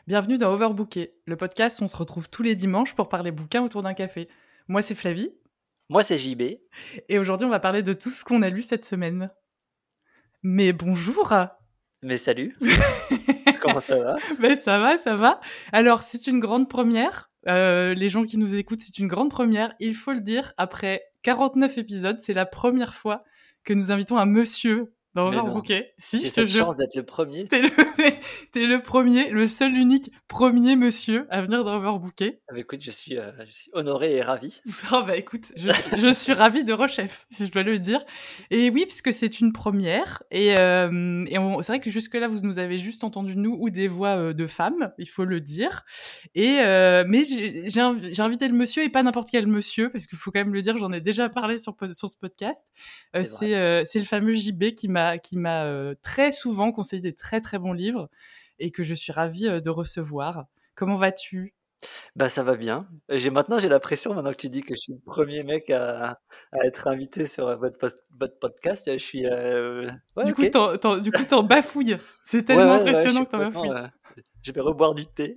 Bienvenue dans Overbooké, le podcast où on se retrouve tous les dimanches pour parler bouquins autour d'un café. Moi, c'est Flavie, Moi, c'est JB. et aujourd'hui, on va parler de tout ce qu'on a lu cette semaine. Mais bonjour. Mais salut, comment ça va? Ben ça va, ça va. Alors, c'est une grande première. Les gens qui nous écoutent, c'est une grande première. Il faut le dire, après 49 épisodes, c'est la première fois que nous invitons un monsieur dans Mais non, Overbooké. Si, j'ai je te cette jure. chance d'être le premier. T'es le, t'es le premier, le seul unique premier monsieur à venir dans Overbooké. Ah bah, écoute, je suis honoré et ravi. Oh bah écoute, je suis ravie de Rechef, si je dois le dire. Et oui, parce que c'est une première. C'est vrai que jusque-là, vous nous avez juste entendu nous ou des voix de femmes, il faut le dire. Mais j'ai invité le monsieur et pas n'importe quel monsieur, parce qu'il faut quand même le dire, j'en ai déjà parlé sur ce podcast. C'est vrai. C'est le fameux JB qui m'a très souvent conseillé des très très bons livres et que je suis ravie de recevoir. Comment vas-tu? Bah, ça va bien. Maintenant, j'ai la pression, maintenant que tu dis que je suis le premier mec à être invité sur votre podcast. Ouais, Du coup, ok. t'en bafouilles. C'est Ouais, tellement ouais, je impressionnant suis que t'en complètement. bafouilles. Je vais reboire du thé.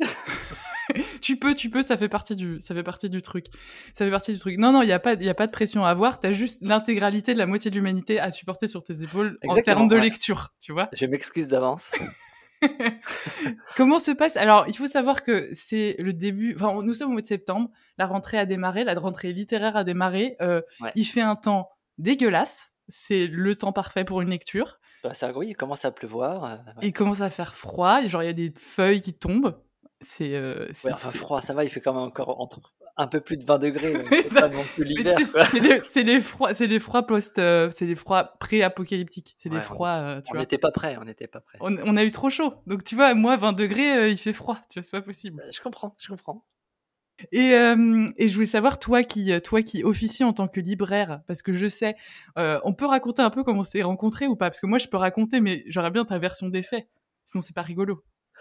Tu peux, ça fait partie du truc. Ça fait partie du truc. Non, il y a pas de pression à avoir. T'as juste l'intégralité de la moitié de l'humanité à supporter sur tes épaules en termes Exactement, de ouais. lecture, tu vois. Je m'excuse d'avance. Comment se passe? Alors, il faut savoir que c'est le début. Enfin, nous sommes au mois de septembre. La rentrée a démarré. La rentrée littéraire a démarré. Ouais. Il fait un temps dégueulasse. C'est le temps parfait pour une lecture. Bah, ça, oui, il commence à pleuvoir. Ouais. Il commence à faire froid. Genre, il y a des feuilles qui tombent. Ouais, enfin, C'est froid, ça va, il fait quand même encore un peu plus de 20 degrés, donc mais c'est ça, pas non plus mais tu sais, l'hiver, quoi. c'est les froids c'est les froids pré-apocalyptiques. C'est les Ouais, froids, tu on vois. n'était pas prêts, on n'était pas prêts. On a eu trop chaud. Donc, tu vois, moi, 20 degrés, il fait froid. Tu vois, c'est pas possible. Je comprends, je comprends. Et je voulais savoir, toi qui officie en tant que libraire, parce que je sais, on peut raconter un peu comment on s'est rencontrés ou pas? Parce que moi, je peux raconter, mais j'aurais bien ta version des faits. Sinon, c'est pas rigolo.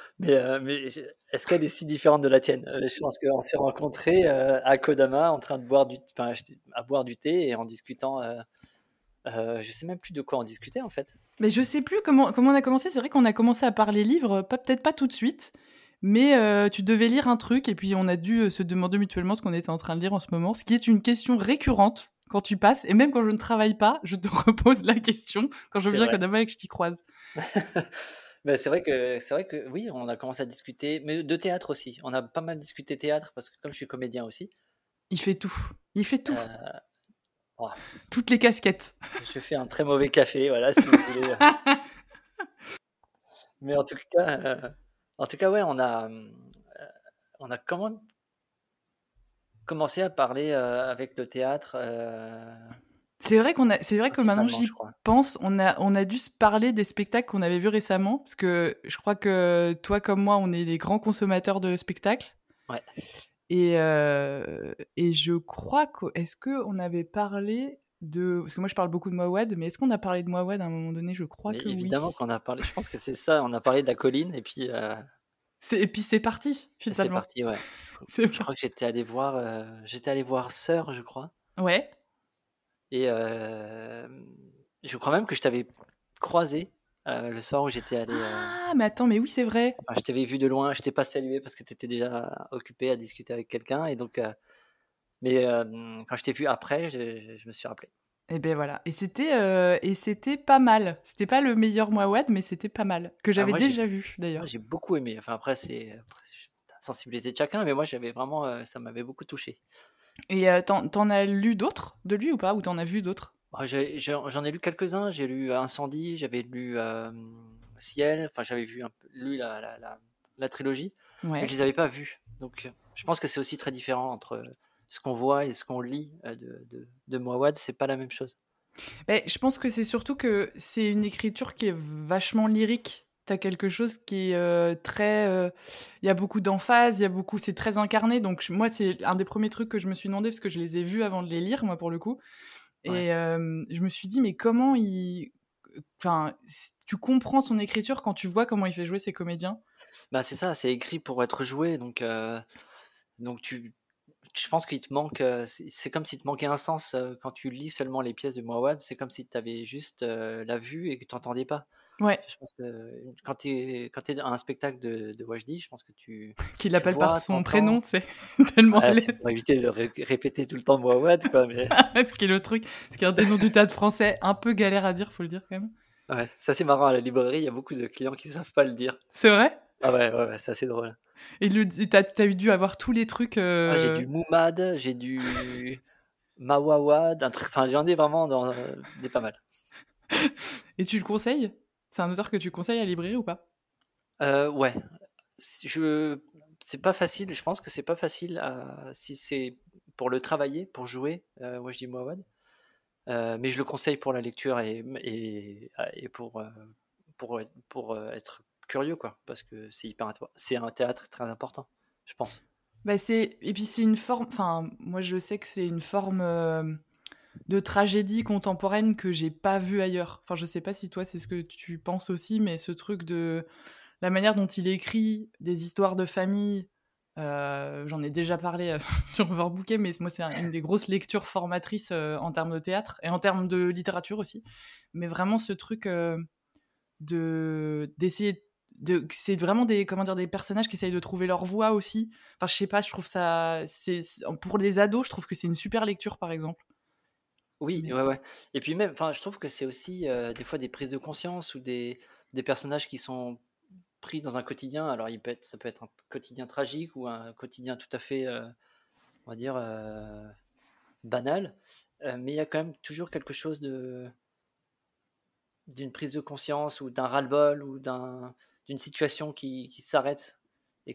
Est-ce qu'elle est si différente de la tienne? Je pense qu'on s'est rencontrés à Kodama en train de à boire du thé et en discutant. Je sais même plus de quoi on discutait en fait. Mais je sais plus comment on a commencé. C'est vrai qu'on a commencé à parler livres, peut-être pas tout de suite, mais tu devais lire un truc et puis on a dû se demander mutuellement ce qu'on était en train de lire en ce moment, ce qui est une question récurrente quand tu passes. Et même quand je ne travaille pas, je te repose la question quand je C'est viens vrai. Kodama et que je t'y croise. Mais c'est vrai que oui, on a commencé à discuter, mais de théâtre aussi. On a pas mal discuté théâtre parce que comme je suis comédien aussi, Il fait tout. Il fait tout. euh, oh, Toutes les casquettes. je fais un très mauvais café, voilà, si vous voulez. Mais en tout cas, ouais, on a quand même commencé à parler avec le théâtre C'est vrai que maintenant principalement, je j'y crois. pense, on a dû se parler des spectacles qu'on avait vus récemment, parce que je crois que toi comme moi, on est des grands consommateurs de spectacles. Ouais. Et je crois que est-ce qu'on avait parlé de parce que moi je parle beaucoup de Mouawad, mais est-ce qu'on a parlé de Mouawad à un moment donné? Je crois Mais que évidemment oui. qu'on a parlé, je pense que c'est ça, on a parlé de la colline Et puis c'est parti et c'est finalement. parti, ouais. C'est Je pas... crois que j'étais allé voir Sœur, je crois. Ouais. Et je crois même que je t'avais croisé le soir où j'étais allé. Ah, mais attends, mais oui, c'est vrai. Enfin, je t'avais vu de loin, je t'ai pas salué parce que tu étais déjà occupé à discuter avec quelqu'un. Et donc, mais quand je t'ai vu après, je me suis rappelé. Et ben voilà. Et c'était pas mal. C'était pas le meilleur Mouawad, mais c'était pas mal. Que Ah, j'avais déjà vu moi, d'ailleurs. j'ai beaucoup aimé. Enfin, après, c'est la sensibilité de chacun, mais moi, j'avais vraiment, ça m'avait beaucoup touché. Et t'en as lu d'autres de lui ou pas? Ou t'en as vu d'autres? J'en ai lu quelques-uns. J'ai lu Incendie, j'avais lu Ciel. Enfin, j'avais lu la trilogie, mais Ouais. je les avais pas vus. Donc, je pense que c'est aussi très différent entre ce qu'on voit et ce qu'on lit de Mouawad. C'est pas la même chose. Ben, je pense que c'est surtout que c'est une écriture qui est vachement lyrique. T'as quelque chose qui est très... Il y a beaucoup d'emphase, il y a beaucoup... C'est très incarné. Donc moi, c'est un des premiers trucs que je me suis demandé, parce que je les ai vus avant de les lire, moi, pour le coup. Ouais. Et je me suis dit, mais comment il... Enfin, tu comprends son écriture quand tu vois comment il fait jouer ses comédiens. Bah, c'est ça, c'est écrit pour être joué. Donc je pense qu'il te manque. C'est comme s'il te manquait un sens quand tu lis seulement les pièces de Mouawad. C'est comme si tu avais juste la vue et que tu n'entendais pas. Ouais, Je pense que quand tu es à un spectacle de Wajdi, je pense que qu'il tu l'appelle par vois, son prénom, t'entends. tu sais, tellement Ouais, elle c'est est pour éviter de répéter tout le temps Mouawad, quoi, mais ce qui est le truc, ce qui est un des noms du théâtre français un peu galère à dire, faut le dire quand même. ouais, ça c'est marrant à la librairie, il y a beaucoup de clients qui savent pas le dire. C'est vrai? Ah ouais, ouais, ouais, c'est assez drôle. Et tu as eu dû avoir tous les trucs, Ah, j'ai du Moumad, j'ai du Mawawad, un truc, enfin j'en ai vraiment dans des pas mal. et tu le conseilles? C'est un auteur que tu conseilles à la librairie ou pas? Ouais, je c'est pas facile, je pense que c'est pas facile à si c'est pour le travailler, pour jouer, Wajdi Mouawad, mais je le conseille pour la lecture et pour être curieux, quoi, parce que c'est un théâtre très important, je pense. Bah, et puis c'est une forme, enfin, moi je sais que c'est une forme de tragédie contemporaine que j'ai pas vue ailleurs. Enfin, je sais pas si toi c'est ce que tu penses aussi, mais ce truc de la manière dont il écrit des histoires de famille, j'en ai déjà parlé sur Overbooké, mais moi c'est une des grosses lectures formatrices en termes de théâtre et en termes de littérature aussi. Mais vraiment ce truc d'essayer c'est vraiment des, comment dire, des personnages qui essayent de trouver leur voix aussi. Enfin, je sais pas, je trouve ça, pour les ados, je trouve que c'est une super lecture par exemple. Oui, Mais ouais, ouais, et puis même, enfin, je trouve que c'est aussi, des fois des prises de conscience ou des personnages qui sont pris dans un quotidien. Alors ça peut être un quotidien tragique ou un quotidien tout à fait, on va dire, banal, mais il y a quand même toujours quelque chose d'une prise de conscience ou d'un ras-le-bol ou d'une situation qui s'arrête et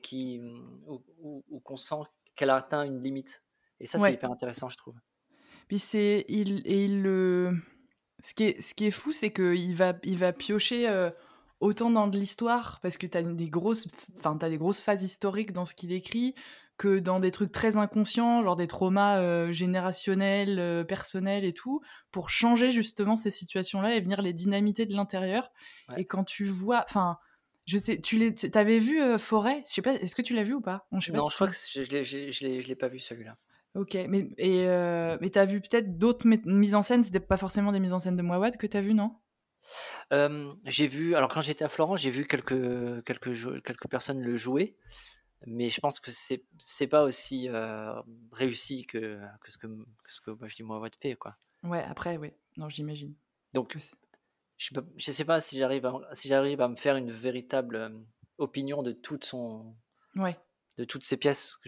où qu'on sent qu'elle a atteint une limite. Et ça, c'est ouais, hyper intéressant, je trouve. puis il le ce qui est fou, c'est qu'il va piocher autant dans de l'histoire, parce que t'as des grosses phases historiques dans ce qu'il écrit, que dans des trucs très inconscients, genre des traumas générationnels, personnels et tout, pour changer justement ces situations-là et venir les dynamiter de l'intérieur. Ouais. Et quand tu vois, enfin, je sais, t'avais vu Forêt? Je sais pas, est-ce que tu l'as vu ou pas? Bon, je sais pas Non, si je tu crois l'as. que je l'ai pas vu celui-là. Ok, mais t'as vu peut-être d'autres mises en scène, c'était pas forcément des mises en scène de Mouawad que t'as vu, non? J'ai vu, alors quand j'étais à Florence, j'ai vu quelques personnes le jouer, mais je pense que c'est pas aussi réussi que ce que moi je dis moi fait, quoi. Ouais, après, ouais. Non, j'imagine Donc que c'est. je sais pas si j'arrive à me faire une véritable opinion Ouais, de toutes ces pièces, parce que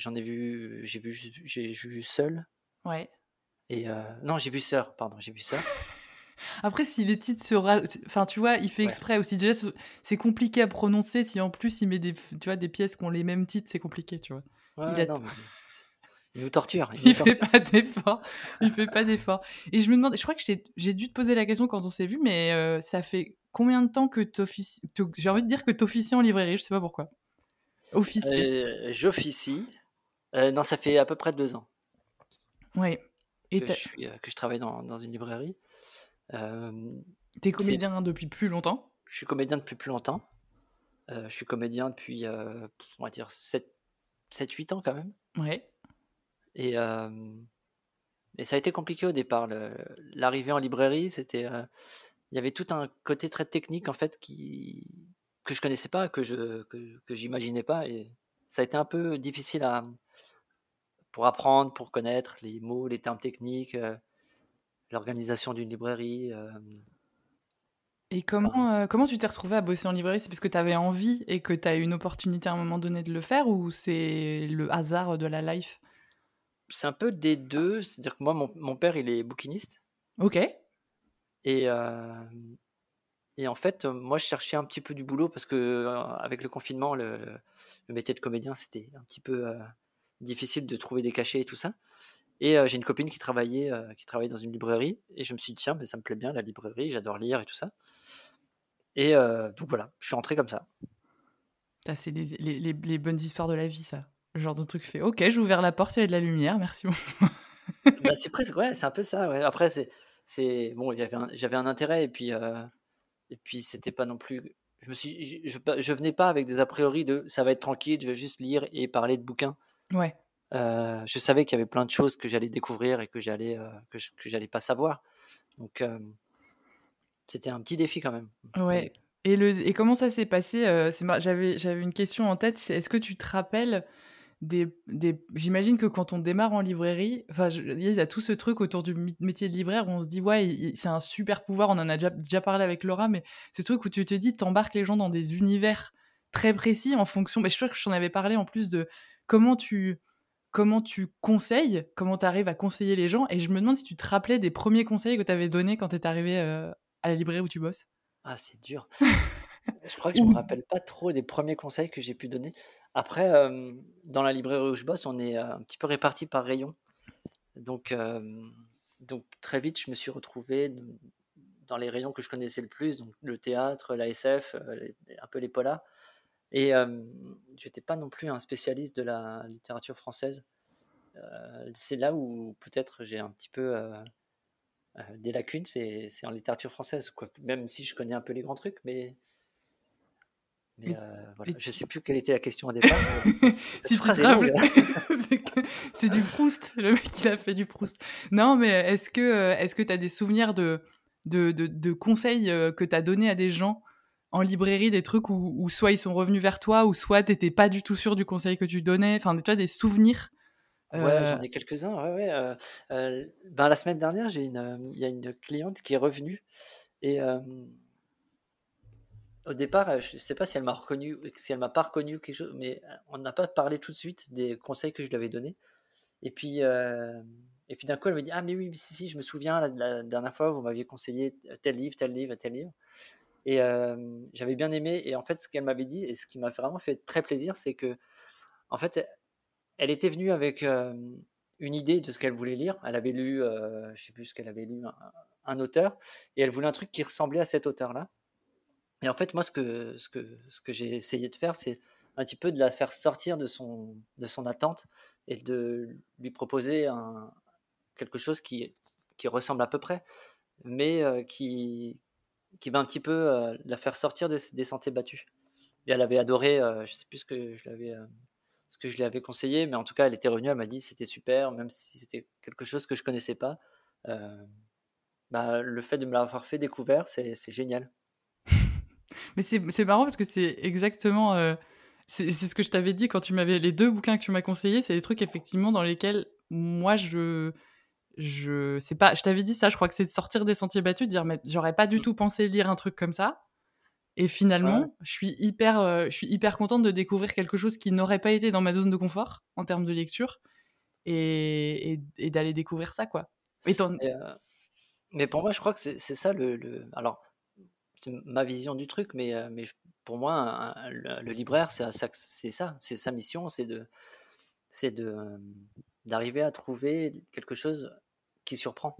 j'ai vu Seul ouais. et non, j'ai vu Sœur, pardon, j'ai vu Sœur. Après, si les titres enfin, tu vois, il fait Ouais. exprès aussi. Déjà, c'est compliqué à prononcer. Si en plus il met tu vois, des pièces qui ont les mêmes titres, c'est compliqué, tu vois. Ouais, Il ouais, a, non, mais il nous torture, il nous il fait torture. pas d'effort. Il fait pas d'effort. Et je me demande, je crois que j'ai dû te poser la question quand on s'est vu, mais ça fait combien de temps que j'ai envie de dire que t'officies en librairie, je sais pas pourquoi. Officier. J'officie. Non, ça fait à peu près 2 ans Ouais. Et que je travaille dans une librairie. Euh, t'es c'est, comédien depuis plus longtemps. je suis comédien depuis plus longtemps. Je suis comédien depuis, on va dire, 7-8 ans quand même. Ouais. Et, et ça a été compliqué au départ. L'arrivée en librairie, il y avait tout un côté très technique en fait que je connaissais pas, que j'imaginais pas. Et ça a été un peu difficile pour apprendre, pour connaître les mots, les termes techniques, l'organisation d'une librairie. Et Enfin, comment tu t'es retrouvé à bosser en librairie? C'est parce que tu avais envie et que tu as eu une opportunité à un moment donné de le faire, ou c'est le hasard de la life? c'est un peu des deux. C'est-à-dire que moi, mon père, il est bouquiniste. OK. Et, et en fait, moi, je cherchais un petit peu du boulot parce que avec le confinement, le métier de comédien, c'était un petit peu difficile de trouver des cachets et tout ça. Et j'ai une copine qui travaillait dans une librairie. Et je me suis dit, tiens, mais ça me plaît bien la librairie, j'adore lire et tout ça. Et donc voilà, je suis entré comme ça. Ça, c'est les bonnes histoires de la vie, ça. Le genre de truc fait: «OK, j'ai ouvert la porte, il y a de la lumière, merci beaucoup». Bah, c'est presque, ouais, c'est un peu ça. Ouais. Après, bon, j'avais un intérêt et puis c'était pas non plus. Je venais pas avec des a priori de ça va être tranquille, je vais juste lire et parler de bouquins. Ouais, Je savais qu'il y avait plein de choses que j'allais découvrir et que j'allais pas savoir. Donc c'était un petit défi quand même. ouais. Mais Et comment ça s'est passé, j'avais une question en tête, c'est est-ce que tu te rappelles j'imagine que quand on démarre en librairie, enfin, il y a tout ce truc autour du métier de libraire où on se dit, ouais, c'est un super pouvoir, on en a déjà parlé avec Laura, mais ce truc où tu te dis, t'embarques les gens dans des univers très précis en fonction, mais je crois que je t'en avais parlé en plus de comment tu, comment tu conseilles, comment tu arrives à conseiller les gens, et je me demande si tu te rappelais des premiers conseils que tu avais donnés quand tu es arrivé à la librairie où tu bosses. Ah, c'est dur. Je crois que je me Ou rappelle pas trop des premiers conseils que j'ai pu donner. Après, dans la librairie où je bosse, on est un petit peu répartis par rayon. Donc, très vite, je me suis retrouvé dans les rayons que je connaissais le plus, donc le théâtre, la SF, un peu les polars. Et je n'étais pas non plus un spécialiste de la littérature française. C'est là où peut-être j'ai un petit peu des lacunes, c'est en littérature française, quoi. Même si je connais un peu les grands trucs, mais mais, voilà. mais Je sais plus quelle était la question au départ, mais cette si tu phrase te est longue. rappelles, c'est du Proust, le mec il a fait du Proust. Non, mais est-ce que tu as des souvenirs de conseils que tu as donnés à des gens en librairie, des trucs où soit ils sont revenus vers toi, ou soit t'étais pas du tout sûr du conseil que tu donnais, enfin, tu vois, des souvenirs. Ouais, euh, j'en ai quelques-uns, ouais, ouais, ben, la semaine dernière, il y a une cliente qui est revenue et au départ, je sais pas si elle m'a reconnu, si elle m'a pas reconnu ou quelque chose, mais on n'a pas parlé tout de suite des conseils que je lui avais donnés. Et puis d'un coup, elle me dit: «Ah mais oui, mais si, si, je me souviens la dernière fois, vous m'aviez conseillé tel livre, tel livre tel livre». Et j'avais bien aimé, et en fait, ce qu'elle m'avait dit et ce qui m'a vraiment fait très plaisir, c'est que en fait, elle était venue avec, une idée de ce qu'elle voulait lire. Elle avait lu, je sais plus ce qu'elle avait lu, un auteur, et elle voulait un truc qui ressemblait à cet auteur-là. Et en fait, moi, ce que j'ai essayé de faire, c'est un petit peu de la faire sortir de son attente et de lui proposer quelque chose qui ressemble à peu près, mais qui va un petit peu la faire sortir des sentiers battus. Et elle avait adoré, je sais plus ce que je lui avais conseillé, mais en tout cas, elle était revenue, elle m'a dit c'était super, même si c'était quelque chose que je connaissais pas. Euh, Bah, le fait de me l'avoir fait découvert, c'est génial. Mais c'est marrant parce que c'est exactement. C'est ce que je t'avais dit quand tu m'avais. Les deux bouquins que tu m'as conseillés, c'est des trucs effectivement dans lesquels moi c'est pas. Je t'avais dit ça, je crois que c'est de sortir des sentiers battus, de dire, mais j'aurais pas du Mm. tout pensé lire un truc comme ça. Et Ouais, ouais. finalement, je suis hyper contente de découvrir quelque chose qui n'aurait pas été dans ma zone de confort en termes de lecture et d'aller découvrir ça, quoi. Et Et, mais pour moi, je crois que c'est ça alors, c'est ma vision du truc, mais pour moi, le libraire, c'est ça, c'est sa mission, c'est d'arriver à trouver quelque chose qui surprend.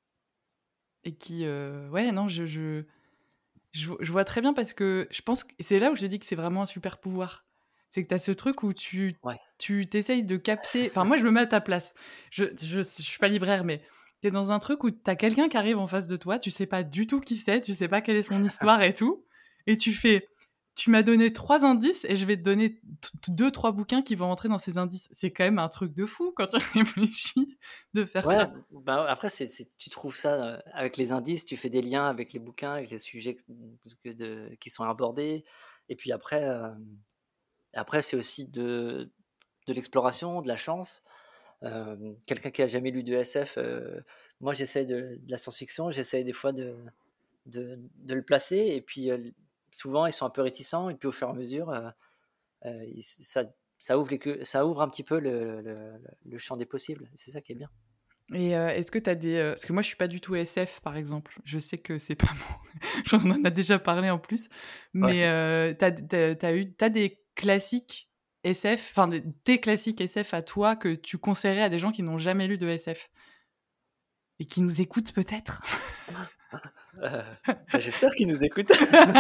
et qui, ouais, non, je vois très bien parce que je pense que c'est là où je dis que c'est vraiment un super pouvoir. C'est que tu as ce truc où Ouais, tu t'essayes de capter. Enfin, moi, je me mets à ta place. Je suis pas libraire, mais tu es dans un truc où tu as quelqu'un qui arrive en face de toi, tu sais pas du tout qui c'est, tu sais pas quelle est son histoire et tout. Et tu fais, tu m'as donné 3 indices et je vais te donner 2, 3 bouquins qui vont rentrer dans ces indices. C'est quand même un truc de fou quand tu réfléchis de faire ouais, ça. bah, après, tu trouves ça avec les indices, tu fais des liens avec les bouquins, avec les sujets qui sont abordés. Et puis après c'est aussi de l'exploration, de la chance. Quelqu'un qui a jamais lu de SF, moi j'essaie de la science-fiction, j'essaie des fois de le placer, et puis souvent ils sont un peu réticents, et puis au fur et à mesure, ça ouvre ça ouvre un petit peu le champ des possibles. C'est ça qui est bien. Et est-ce que tu as des, parce que moi je suis pas du tout SF par exemple. Je sais que c'est pas mon j'en en a déjà parlé en plus, mais Ouais. tu des classiques SF, enfin des classiques SF à toi que tu conseillerais à des gens qui n'ont jamais lu de SF et qui nous écoutent peut-être? Bah, j'espère qu'ils nous écoutent.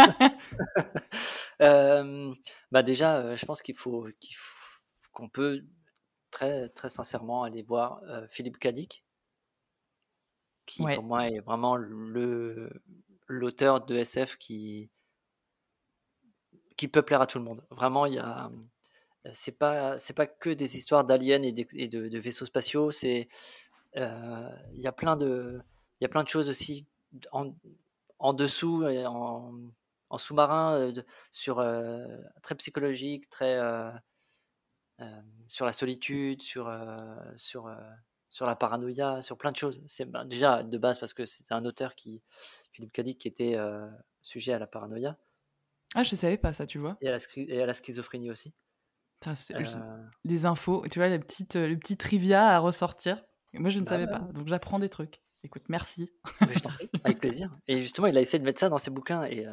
Bah, déjà, je pense qu'on peut très, très sincèrement aller voir, Philippe Cadic, qui pour Ouais. moi est vraiment l'auteur de SF qui peut plaire à tout le monde. Vraiment, c'est pas que des histoires d'aliens et de vaisseaux spatiaux, il y a plein de choses aussi en dessous et en sous-marin, très psychologique, très sur la solitude, sur la paranoïa, sur plein de choses. C'est déjà de base parce que c'était un auteur Philippe Cadic, qui était sujet à la paranoïa Ah, je savais pas ça, tu vois. et à la schizophrénie aussi. Putain, Euh, des infos, tu vois, le petit trivia à ressortir. Et moi, je ne Bah savais ouais, pas. ouais. Donc, j'apprends des trucs. Écoute, merci. Mais je t'en prie, Merci. avec plaisir. Et justement, il a essayé de mettre ça dans ses bouquins et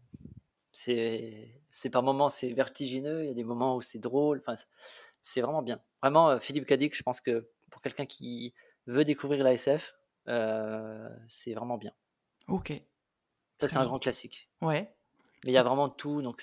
c'est par moments c'est vertigineux, il y a des moments où c'est drôle. Enfin, c'est vraiment bien. Vraiment, Philippe Cadic, je pense que pour quelqu'un qui veut découvrir la SF, c'est vraiment bien. Ok, Ça, très c'est un bien. grand classique. Ouais. Mais il y a vraiment tout, donc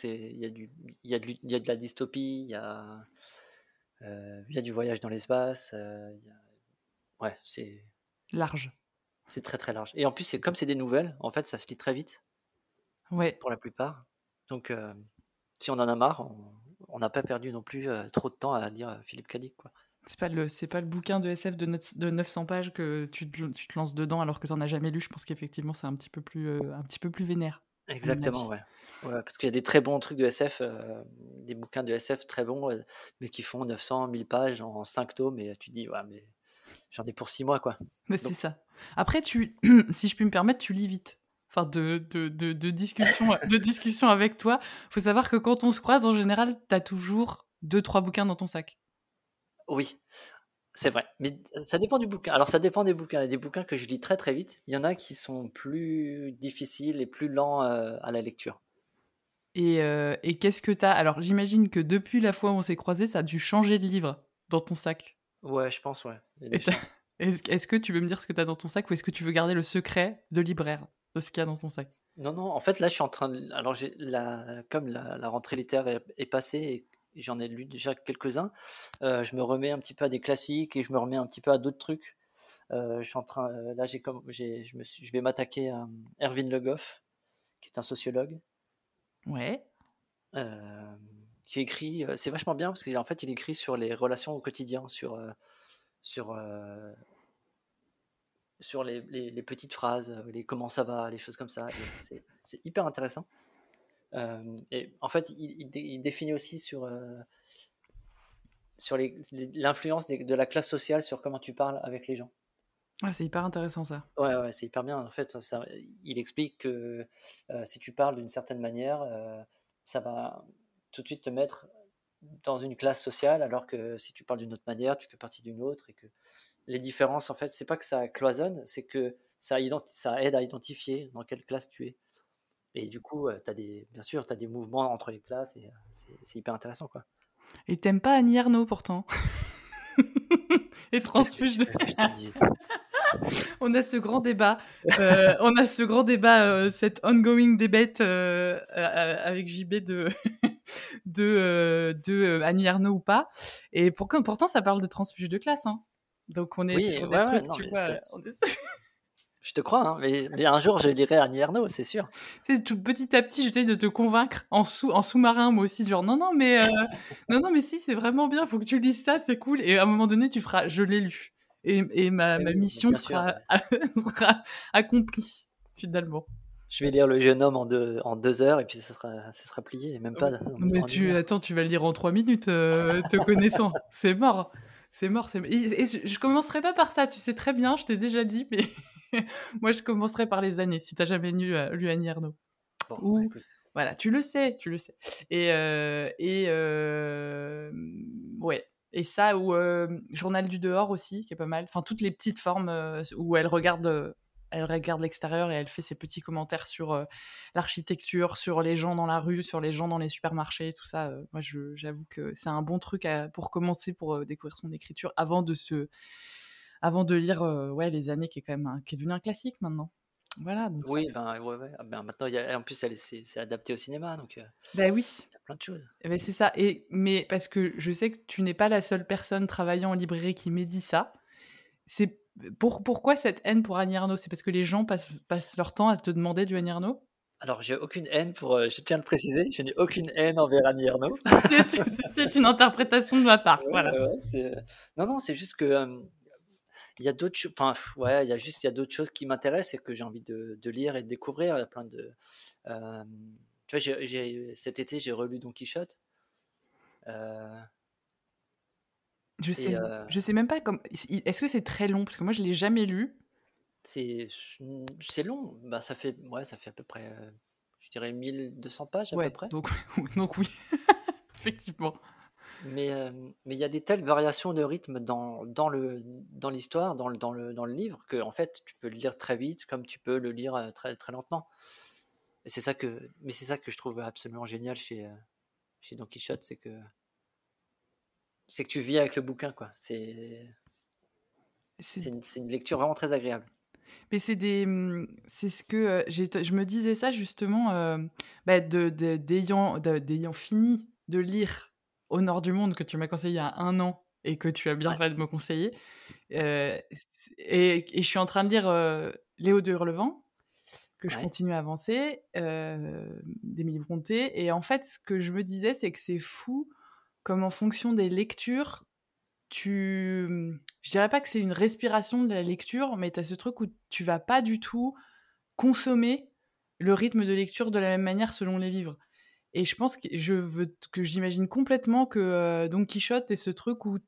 il y a de la dystopie, il y a du voyage dans l'espace, ouais, Large. c'est très très large. Et en plus, comme c'est des nouvelles, en fait, ça se lit très vite Ouais. pour la plupart. Donc, si on en a marre, on n'a pas perdu non plus trop de temps à lire Philippe Cadic, quoi. C'est pas le bouquin de SF de 900 pages que tu te lances dedans alors que tu n'en as jamais lu. Je pense qu'effectivement, c'est un petit peu plus vénère, à mon Exactement, avis. ouais. Ouais, parce qu'il y a des très bons trucs de SF, des bouquins de SF très bons, mais qui font 900, 1000 pages en 5 tomes, et tu dis, ouais, mais j'en ai pour 6 mois, quoi. Mais c'est Donc, ça. Après, si je puis me permettre, tu lis vite. Enfin, de discussion avec toi. Faut savoir que quand on se croise, en général, t'as toujours 2, 3 bouquins dans ton sac. oui, c'est vrai. Mais ça dépend du bouquin. Alors, ça dépend des bouquins. Il y a des bouquins que je lis très très vite. Il y en a qui sont plus difficiles et plus lents à la lecture. Et qu'est-ce que t'as? Alors, j'imagine que depuis la fois où on s'est croisés, ça a dû changer de livre dans ton sac. Ouais, je pense, ouais. Il y a Et des chances. est-ce que tu veux me dire ce que t'as dans ton sac ou est-ce que tu veux garder le secret de libraire de ce qu'il y a dans ton sac? Non, non, en fait, là, je suis en train de. Alors, comme la rentrée littéraire est passée et j'en ai lu déjà quelques-uns, je me remets un petit peu à des classiques et je me remets un petit peu à d'autres trucs. Je suis en train. Là, je vais m'attaquer à Erwin Le Goff, qui est un sociologue, Ouais. euh, qui écrit. C'est vachement bien parce qu'en fait, il écrit sur les relations au quotidien, sur, euh, sur les petites phrases, les comment ça va, les choses comme ça. Et c'est hyper intéressant. Et en fait, il définit aussi sur l'influence de la classe sociale sur comment tu parles avec les gens. Ah, c'est hyper intéressant ça. Ouais, ouais, c'est hyper bien. En fait, il explique que si tu parles d'une certaine manière, ça va tout de suite te mettre dans une classe sociale, alors que si tu parles d'une autre manière, tu fais partie d'une autre, et que les différences, en fait, c'est pas que ça cloisonne, c'est que ça aide à identifier dans quelle classe tu es. Et du coup, bien sûr, tu as des mouvements entre les classes, et c'est hyper intéressant, quoi. Et t'aimes pas Annie Ernaux pourtant. Et Qu'est-ce que transfuge tu de... veux que je te dise? On a ce grand débat. On a ce grand débat, cette ongoing debate avec JB de Annie Ernaux ou pas. Et pourtant, ça parle de transfuge de classe. Hein. Donc on est Oui, sur des ouais, ouais, trucs, non, tu mais vois. je te crois, hein, mais un jour, je lirai Annie Ernaux, c'est sûr. C'est tout petit à petit, j'essaye de te convaincre en sous-marin, moi aussi, genre non, non, mais si, c'est vraiment bien, faut que tu lises ça, c'est cool. Et à un moment donné, tu feras, je l'ai lu. Et Oui, ma oui, mais mission bien sûr. sera, sera accomplie, finalement. Je vais lire Le Jeune Homme en 2 heures, et puis ça sera plié, et même pas Mais en une heure. attends, tu vas le lire en 3 minutes, te connaissant. C'est mort. C'est mort. Et je commencerai pas par ça, tu sais très bien, je t'ai déjà dit, mais moi, je commencerai par les années, si t'as jamais lu Annie Ernaux. Bon, bah Ou écoute. voilà, tu le sais, tu le sais. Ouais. Et ça, ou Journal du dehors aussi, qui est pas mal. Enfin, toutes les petites formes où elle regarde l'extérieur et elle fait ses petits commentaires sur l'architecture, sur les gens dans la rue, sur les gens dans les supermarchés, tout ça. Moi, j'avoue que c'est un bon truc pour commencer, pour découvrir son écriture, avant de lire ouais, Les années, qui est quand même qui est devenu un classique maintenant. Voilà, donc ça. Oui, ben ouais, ouais. Ah, ben, maintenant, en plus, c'est adapté au cinéma, donc Ben oui. il y a plein de choses. Eh ben, c'est ça. Mais parce que je sais que tu n'es pas la seule personne travaillant en librairie qui m'ait dit ça. C'est pourquoi cette haine pour Annie Ernaux? C'est parce que les gens passent leur temps à te demander du Annie Ernaux? Alors, j'ai aucune haine je tiens à le préciser, je n'ai aucune haine envers Annie Ernaux. C'est une interprétation de ma part. Ouais, Voilà. ouais, ouais, non, non, c'est juste que il y a d'autres choses, enfin, ouais, il y a d'autres choses qui m'intéressent et que j'ai envie de lire et de découvrir. Il y a plein de, euh, tu vois, cet été, j'ai relu Don Quichotte. euh, Je et sais je sais même pas comme est-ce que c'est très long? Parce que moi, je l'ai jamais lu. c'est c'est long. Bah, ça fait à peu près, je dirais 1200 pages à peu Ouais, près. donc donc oui, effectivement. Mais il y a des telles variations de rythme dans l'histoire, dans le livre, que en fait, tu peux le lire très vite, comme tu peux le lire très, très lentement. Et c'est ça que je trouve absolument génial chez Don Quichotte, c'est que tu vis avec le bouquin, quoi. C'est C'est une lecture vraiment très agréable. Mais c'est c'est ce que, je me disais ça justement, bah, d'ayant fini de lire Au nord du monde que tu m'as conseillé il y a 1 an et que tu as bien Ouais, fait de me conseiller, et je suis en train de lire, Léo de Hurlevent, que je ouais, continue à avancer, d'Émilie Brontë, et en fait, ce que je me disais, c'est que c'est fou comme en fonction des lectures, je dirais pas que c'est une respiration de la lecture, mais tu as ce truc où tu vas pas du tout consommer le rythme de lecture de la même manière selon les livres. Et je pense que j'imagine complètement que Don Quichotte est ce truc où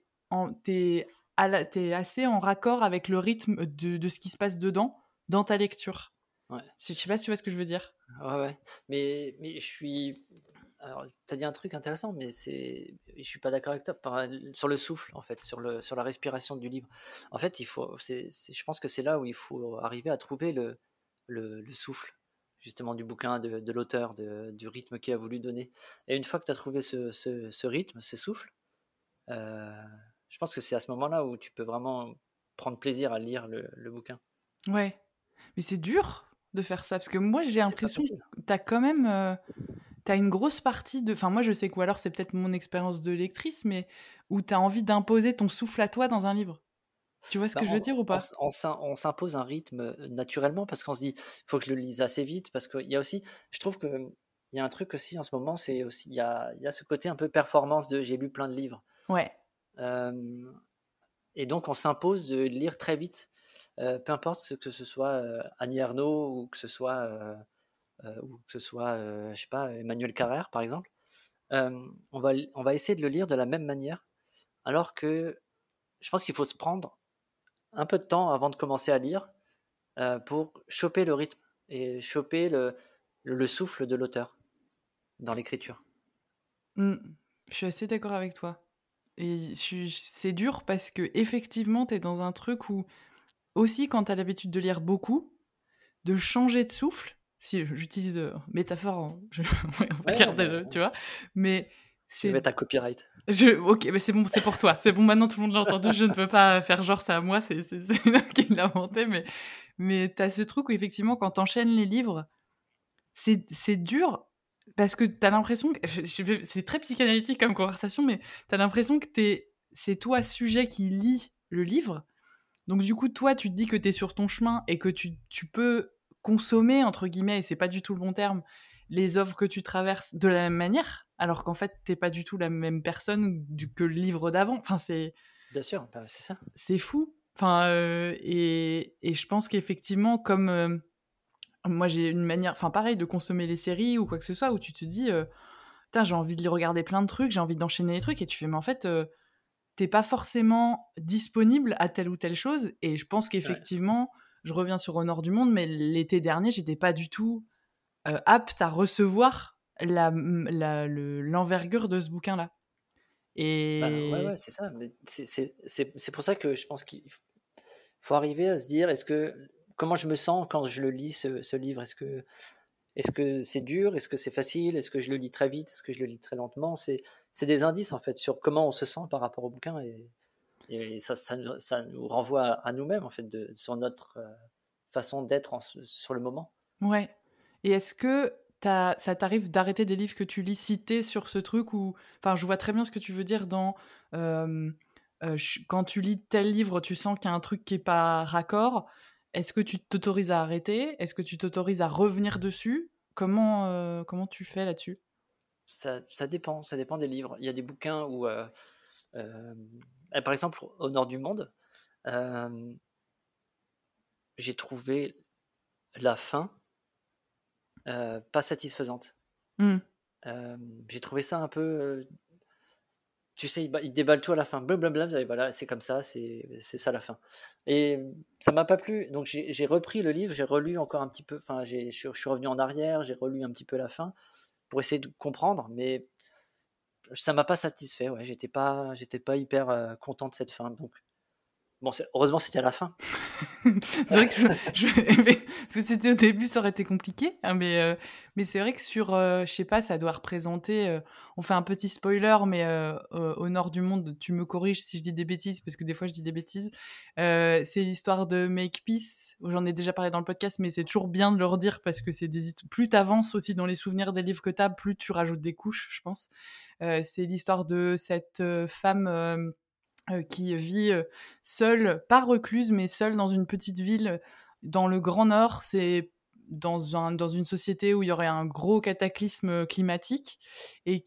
t'es assez en raccord avec le rythme de ce qui se passe dedans, dans ta lecture. ouais, Je sais pas si tu vois ce que je veux dire. ouais, ouais. Mais je suis. Alors, tu as dit un truc intéressant, mais je suis pas d'accord avec toi sur le souffle, en fait, sur la respiration du livre. En fait, je pense que c'est là où il faut arriver à trouver le souffle, justement, du bouquin, de l'auteur, du rythme qu'il a voulu donner. Et une fois que tu as trouvé ce rythme, ce souffle, euh, je pense que c'est à ce moment-là où tu peux vraiment prendre plaisir à lire le bouquin. Ouais. Mais c'est dur de faire ça, parce que moi j'ai C'est pas l'impression facile. que t'as quand même t'as une grosse partie de. Enfin, moi je sais que, ou alors c'est peut-être mon expérience de lectrice, mais où t'as envie d'imposer ton souffle à toi dans un livre. Tu vois ce Bah, que je veux dire ou pas? on s'impose un rythme naturellement parce qu'on se dit, il faut que je le lise assez vite parce qu'il y a aussi, je trouve que il y a un truc aussi en ce moment, c'est aussi, il y a ce côté un peu performance de j'ai lu plein de livres. Ouais. Euh, et donc on s'impose de lire très vite, peu importe que ce soit Annie Ernaux ou que ce soit je sais pas, Emmanuel Carrère par exemple. On va essayer de le lire de la même manière alors que je pense qu'il faut se prendre un peu de temps avant de commencer à lire pour choper le rythme et choper le souffle de l'auteur dans l'écriture. Mm. Je suis assez d'accord avec toi. Et c'est dur parce que effectivement, t'es dans un truc où, aussi quand t'as l'habitude de lire beaucoup, de changer de souffle, si j'utilise métaphore, hein, ouais, on va Ouais, garder bah, le, tu vois, mais tu veux c'est. mettre un copyright. Ok, mais c'est bon, c'est pour toi. C'est bon, maintenant tout le monde l'a entendu. Je ne peux pas faire genre c'est à moi, c'est moi qui l'ai inventé. Mais t'as ce truc où effectivement, quand t'enchaînes les livres, c'est dur parce que t'as l'impression que c'est très psychanalytique comme conversation, mais t'as l'impression que c'est toi sujet qui lit le livre. Donc du coup, toi, tu te dis que t'es sur ton chemin et que tu peux consommer, entre guillemets, et c'est pas du tout le bon terme, les œuvres que tu traverses de la même manière, alors qu'en fait, t'es pas du tout la même personne que le livre d'avant. Enfin, Bien sûr, bah, c'est ça. c'est fou. Enfin, et je pense qu'effectivement, comme moi j'ai une manière, enfin pareil, de consommer les séries ou quoi que ce soit, où tu te dis, putain, j'ai envie de les regarder plein de trucs, j'ai envie d'enchaîner les trucs, et tu fais, mais en fait, t'es pas forcément disponible à telle ou telle chose. Et je pense Ouais. qu'effectivement, je reviens sur Au nord du monde, mais l'été dernier, j'étais pas du tout apte à recevoir l'envergure de ce bouquin-là. Bah, ouais, Et ouais, c'est ça. Mais c'est pour ça que je pense qu'il faut arriver à se dire, comment je me sens quand je le lis, ce livre? Est-ce que c'est dur? Est-ce que c'est facile? Est-ce que je le lis très vite? Est-ce que je le lis très lentement? C'est des indices en fait sur comment on se sent par rapport au bouquin et ça nous renvoie à nous-mêmes en fait sur notre façon d'être sur le moment. ouais. Et est-ce que ça t'arrive d'arrêter des livres que tu lis cités sur ce truc ou, enfin, je vois très bien ce que tu veux dire dans quand tu lis tel livre, tu sens qu'il y a un truc qui est pas raccord. Est-ce que tu t'autorises à arrêter? Est-ce que tu t'autorises à revenir dessus? Comment tu fais là-dessus? Ça dépend des livres. Il y a des bouquins où, euh, par exemple, Au nord du monde, euh, j'ai trouvé la fin pas satisfaisante. Mmh. J'ai trouvé ça un peu, tu sais, il déballe tout à la fin, blablabla, et voilà, c'est comme ça, c'est ça la fin. Et ça m'a pas plu, donc j'ai repris le livre, j'ai relu encore un petit peu, enfin, je suis revenu en arrière, j'ai relu un petit peu la fin pour essayer de comprendre, mais ça m'a pas satisfait, ouais, j'étais pas hyper content de cette fin, donc bon, heureusement c'était à la fin. C'est vrai que parce que c'était au début, ça aurait été compliqué, hein, mais c'est vrai que sur, je sais pas, ça doit représenter, on fait un petit spoiler, mais au nord du monde, tu me corriges si je dis des bêtises, parce que des fois je dis des bêtises. C'est l'histoire de Makepeace. J'en ai déjà parlé dans le podcast, mais c'est toujours bien de le redire parce que c'est plus t'avances aussi dans les souvenirs des livres que t'as, plus tu rajoutes des couches, je pense. C'est l'histoire de cette, femme, qui vit seule, pas recluse, mais seule dans une petite ville dans le Grand Nord. C'est dans une société où il y aurait un gros cataclysme climatique et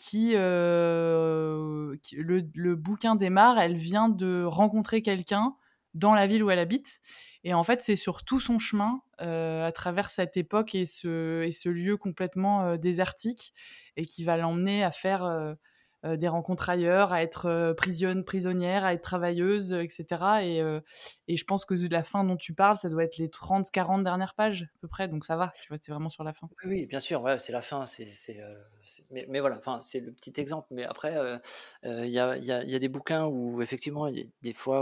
le bouquin démarre, elle vient de rencontrer quelqu'un dans la ville où elle habite. Et en fait, c'est sur tout son chemin à travers cette époque et ce lieu complètement désertique et qui va l'emmener à faire des rencontres ailleurs, à être prisonnière, à être travailleuse, etc. Et je pense que la fin dont tu parles, ça doit être les 30-40 dernières pages, à peu près, donc ça va, tu vois, c'est vraiment sur la fin. Oui, oui, bien sûr, ouais, c'est la fin, mais voilà, enfin, c'est le petit exemple. Mais après, il y a des bouquins où effectivement, il y a des fois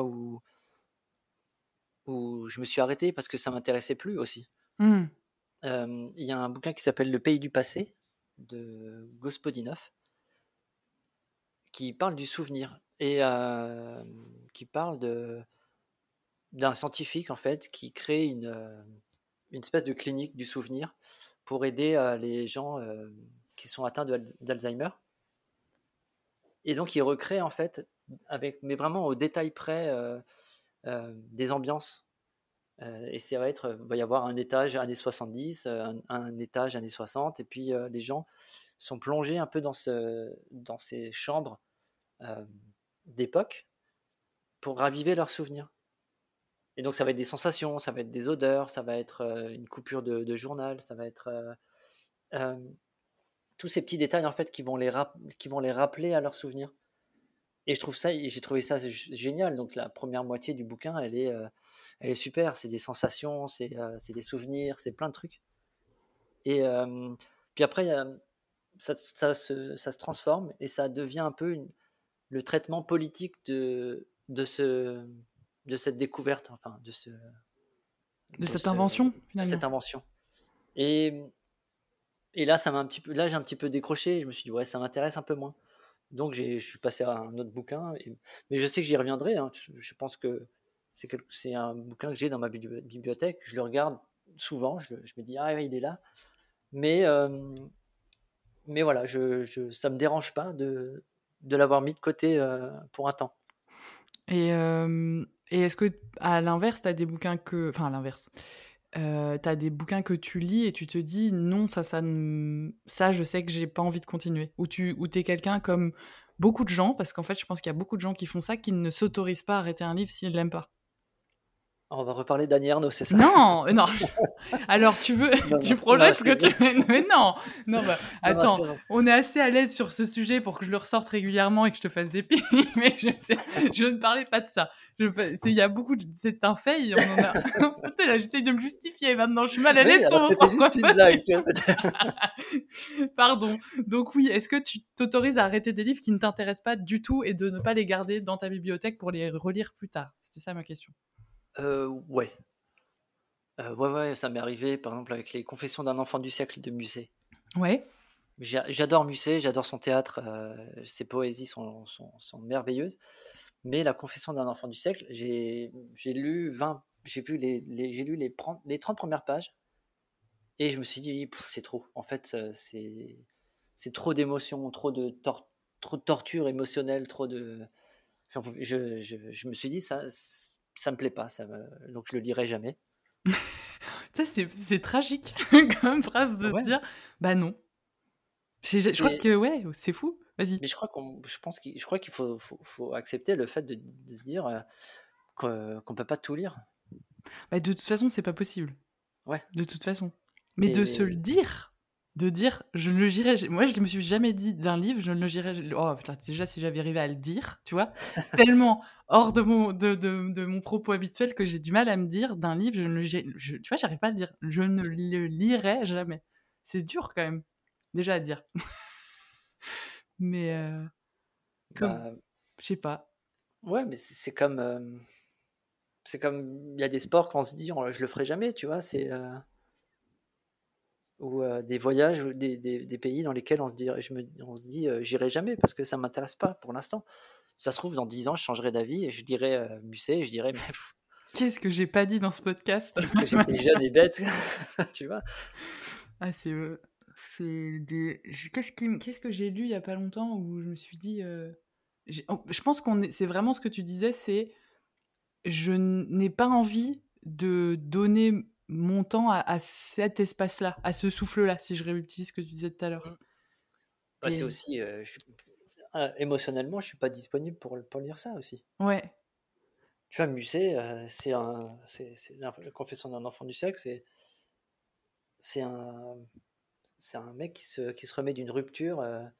où je me suis arrêté parce que ça m'intéressait plus aussi. Mmh. Il y a un bouquin qui s'appelle Le Pays du passé de Gospodinov qui parle du souvenir et qui parle d'un scientifique en fait qui crée une espèce de clinique du souvenir pour aider les gens qui sont atteints d'Alzheimer. Et donc il recrée en fait mais vraiment au détail près des ambiances. Et ça va va y avoir un étage années 70, un étage années 60, et puis les gens sont plongés un peu dans ces chambres euh, d'époque pour raviver leurs souvenirs. Et donc ça va être des sensations, ça va être des odeurs, ça va être une coupure de journal, ça va être euh, tous ces petits détails en fait qui vont les rappeler à leurs souvenirs. Et j'ai trouvé ça génial. Donc la première moitié du bouquin, elle est super. C'est des sensations, c'est des souvenirs, c'est plein de trucs. Et puis après, ça se transforme et ça devient un peu le traitement politique de cette découverte, enfin De de cette ce, invention, de finalement. cette invention. Et, et là, là, j'ai un petit peu décroché. Je me suis dit, ouais, ça m'intéresse un peu moins. Donc je suis passé à un autre bouquin, mais je sais que j'y reviendrai, hein. Je pense que c'est un bouquin que j'ai dans ma bibliothèque. Je le regarde souvent, je me dis, ah ouais, il est là. Mais, mais voilà, ça me dérange pas de l'avoir mis de côté pour un temps. Et est-ce que, à l'inverse, t'as des bouquins que... Enfin, à l'inverse. T'as des bouquins que tu lis et tu te dis non, ça, je sais que j'ai pas envie de continuer. Ou t'es quelqu'un comme beaucoup de gens, parce qu'en fait, je pense qu'il y a beaucoup de gens qui font ça, qui ne s'autorisent pas à arrêter un livre s'ils l'aiment pas. On va reparler d'Annie Ernaux, c'est ça? Non, non. Alors tu veux, Non, tu non, non, projettes ce que tu veux, mais non, non, bah, non, non, je attends, plaisante. on est assez à l'aise sur ce sujet pour que je le ressorte régulièrement et que je te fasse des pics, mais je ne parlais pas de ça. Il y a beaucoup c'est un fait, on en a, putain, là, j'essaye de me justifier maintenant, je suis mal à Oui, l'aise sur alors mon c'était propre juste une blague, tu vois. podcast. Pardon. Donc oui, est-ce que tu t'autorises à arrêter des livres qui ne t'intéressent pas du tout et de ne pas les garder dans ta bibliothèque pour les relire plus tard? C'était ça ma question. Ouais. Ouais, ouais, ça m'est arrivé, par exemple, avec les Confessions d'un enfant du siècle de Musset. Ouais. J'adore Musset, j'adore son théâtre, ses poésies sont merveilleuses. Mais La Confession d'un enfant du siècle, j'ai lu 20, j'ai lu les 30 premières pages et je me suis dit, c'est trop. En fait, c'est trop d'émotions, trop de torture émotionnelle, je me suis dit, ça me plaît pas, donc je le lirai jamais. Ça, c'est tragique comme phrase de se Ouais, dire, bah non. Je crois c'est, que, ouais, c'est fou. Vas-y. mais je crois qu'il faut accepter le fait de se dire qu'on peut pas tout lire. Bah, de toute façon, c'est pas possible. Ouais. De toute façon. Mais de se le Et dire. De dire: «Je ne le lirai j» moi, je me suis jamais dit d'un livre: «Je ne le lirai j» oh putain, déjà, si j'avais arrivé à le dire, tu vois? C'est tellement hors de mon propos habituel que j'ai du mal à me dire d'un livre: «Je ne le j'ai» je tu vois, j'arrive pas à le dire. «Je ne le lirai jamais». C'est dur quand même, déjà à dire. Mais comme Bah, je sais pas. ouais, mais c'est comme il y a des sports qu'on se dit: «Oh, je le ferai jamais», tu vois? Ou des voyages ou des pays dans lesquels on se dit, «J'irai jamais parce que ça m'intéresse pas pour l'instant». Ça se trouve dans 10 ans, je changerai d'avis et je dirai, Musset et je dirai: «Mais Qu'est-ce que j'ai pas dit dans ce podcast? qu'est-ce que j'étais jeune et bête», tu vois? Ah, c'est des j qu'est-ce que j'ai lu il y a pas longtemps où je me suis dit, je pense qu'on est c'est vraiment ce que tu disais, c'est: «Je n'ai pas envie de donner mon temps à cet espace-là, à ce souffle-là», si je réutilise ce que tu disais tout à l'heure Mmh. Bah, c'est et aussi, émotionnellement, je suis pas disponible pour lire ça aussi. ouais. Tu vois, Musset, c'est la Confession d'un enfant du siècle, c'est un c'est un mec qui se remet d'une rupture,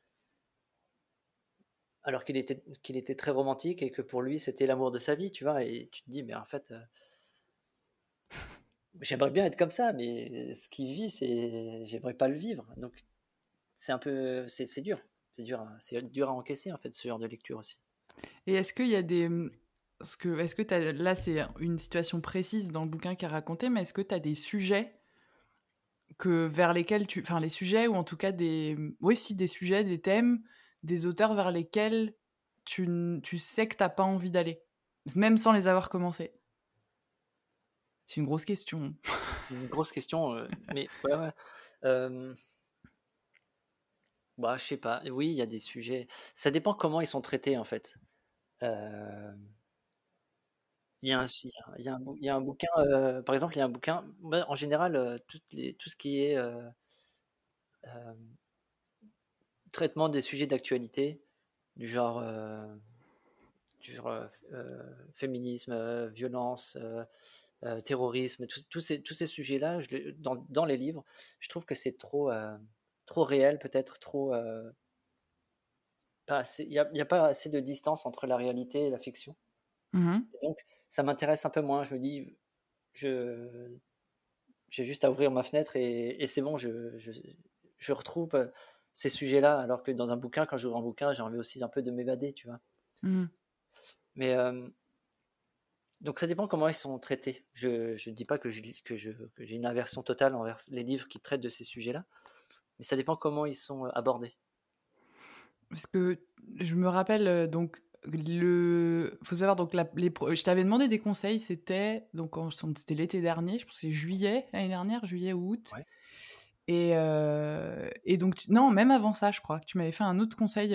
alors qu'il était très romantique et que pour lui, c'était l'amour de sa vie, tu vois? Et tu te dis: «Mais en fait, j'aimerais bien être comme ça, mais ce qu'il vit, j'aimerais pas le vivre». Donc c'est dur. C'est dur à encaisser, en fait, ce genre de lecture aussi. Et est-ce qu'il y a des, est-ce que tu là, c'est une situation précise dans le bouquin qui est raconté, mais est-ce que tu as des sujets que vers lesquels tu enfin les sujets ou en tout cas des, oui si des sujets, des thèmes, des auteurs vers lesquels tu sais que tu pas envie d'aller? Même sans les avoir commencés? C'est une grosse question. Une grosse question, mais ouais, ouais. Hem, Bah, je sais pas. Oui, il y a des sujets, ça dépend comment ils sont traités, en fait. Hem, il y a un il y a un bou il y a un bouquin, par exemple, il y a un bouquin, moi, en général, tout ce qui est, hem, traitement des sujets d'actualité, du genre, féminisme, violence, terrorisme, tous ces sujets-là, dans les livres, je trouve que c'est trop réel, peut-être trop, pas assez, il y a pas assez de distance entre la réalité et la fiction. Mmh. Et donc ça m'intéresse un peu moins. Je me dis: «Je j'ai juste à ouvrir ma fenêtre et c'est bon, je retrouve, ces sujets-là». Alors que dans un bouquin, quand j'ouvre un bouquin, j'ai envie aussi un peu de m'évader, tu vois? Mmh. Mais, donc ça dépend comment ils sont traités. Je ne dis pas que j'ai une aversion totale envers les livres qui traitent de ces sujets-là, mais ça dépend comment ils sont, abordés. Parce que je me rappelle, donc le faut savoir donc la les pre je t'avais demandé des conseils, c'était l'été dernier, je pense que c'est juillet l'année dernière, juillet ou août. Ouais. Et donc non, même avant ça, je crois que tu m'avais fait un autre conseil,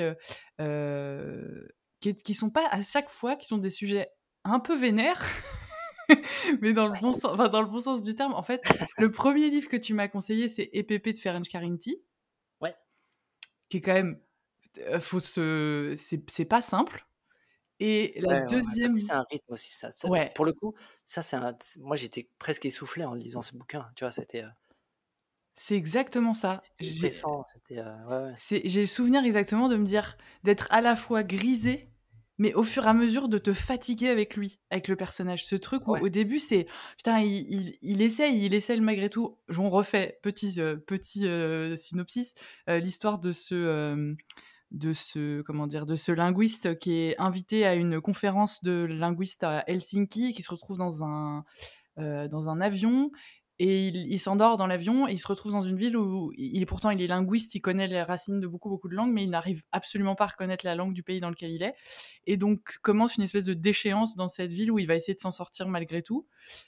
qui sont pas à chaque fois, qui sont des sujets un peu vénères, mais dans le bon sens, enfin, dans le bon sens du terme. En fait, le premier livre que tu m'as conseillé, c'est Épépée de Ferenc Karinti, Ouais, qui est quand même, faut se c'est pas simple et la ouais, ouais, ouais, parce que deuxième, c'est un rythme aussi, ouais, pour le coup, ça moi j'étais presque essoufflé en lisant ce bouquin, tu vois? c'est exactement ça. C'était oppressant, ouais, ouais. J'ai le souvenir exactement de me dire d'être à la fois grisé, mais au fur et à mesure de te fatiguer avec lui, avec le personnage. Ce truc où Ouais, au début c'est putain il essaye malgré tout. On refait petit, synopsis, l'histoire de ce comment dire? De ce linguiste qui est invité à une conférence de linguistes à Helsinki et qui se retrouve dans un avion et il s'endort dans l'avion et il se retrouve dans une ville où il est linguiste, il connaît les racines de beaucoup, beaucoup de langues, mais il n'arrive absolument pas à reconnaître la langue du pays dans lequel il est. Et donc commence une espèce de déchéance dans cette ville où il va essayer de s'en sortir malgré tout.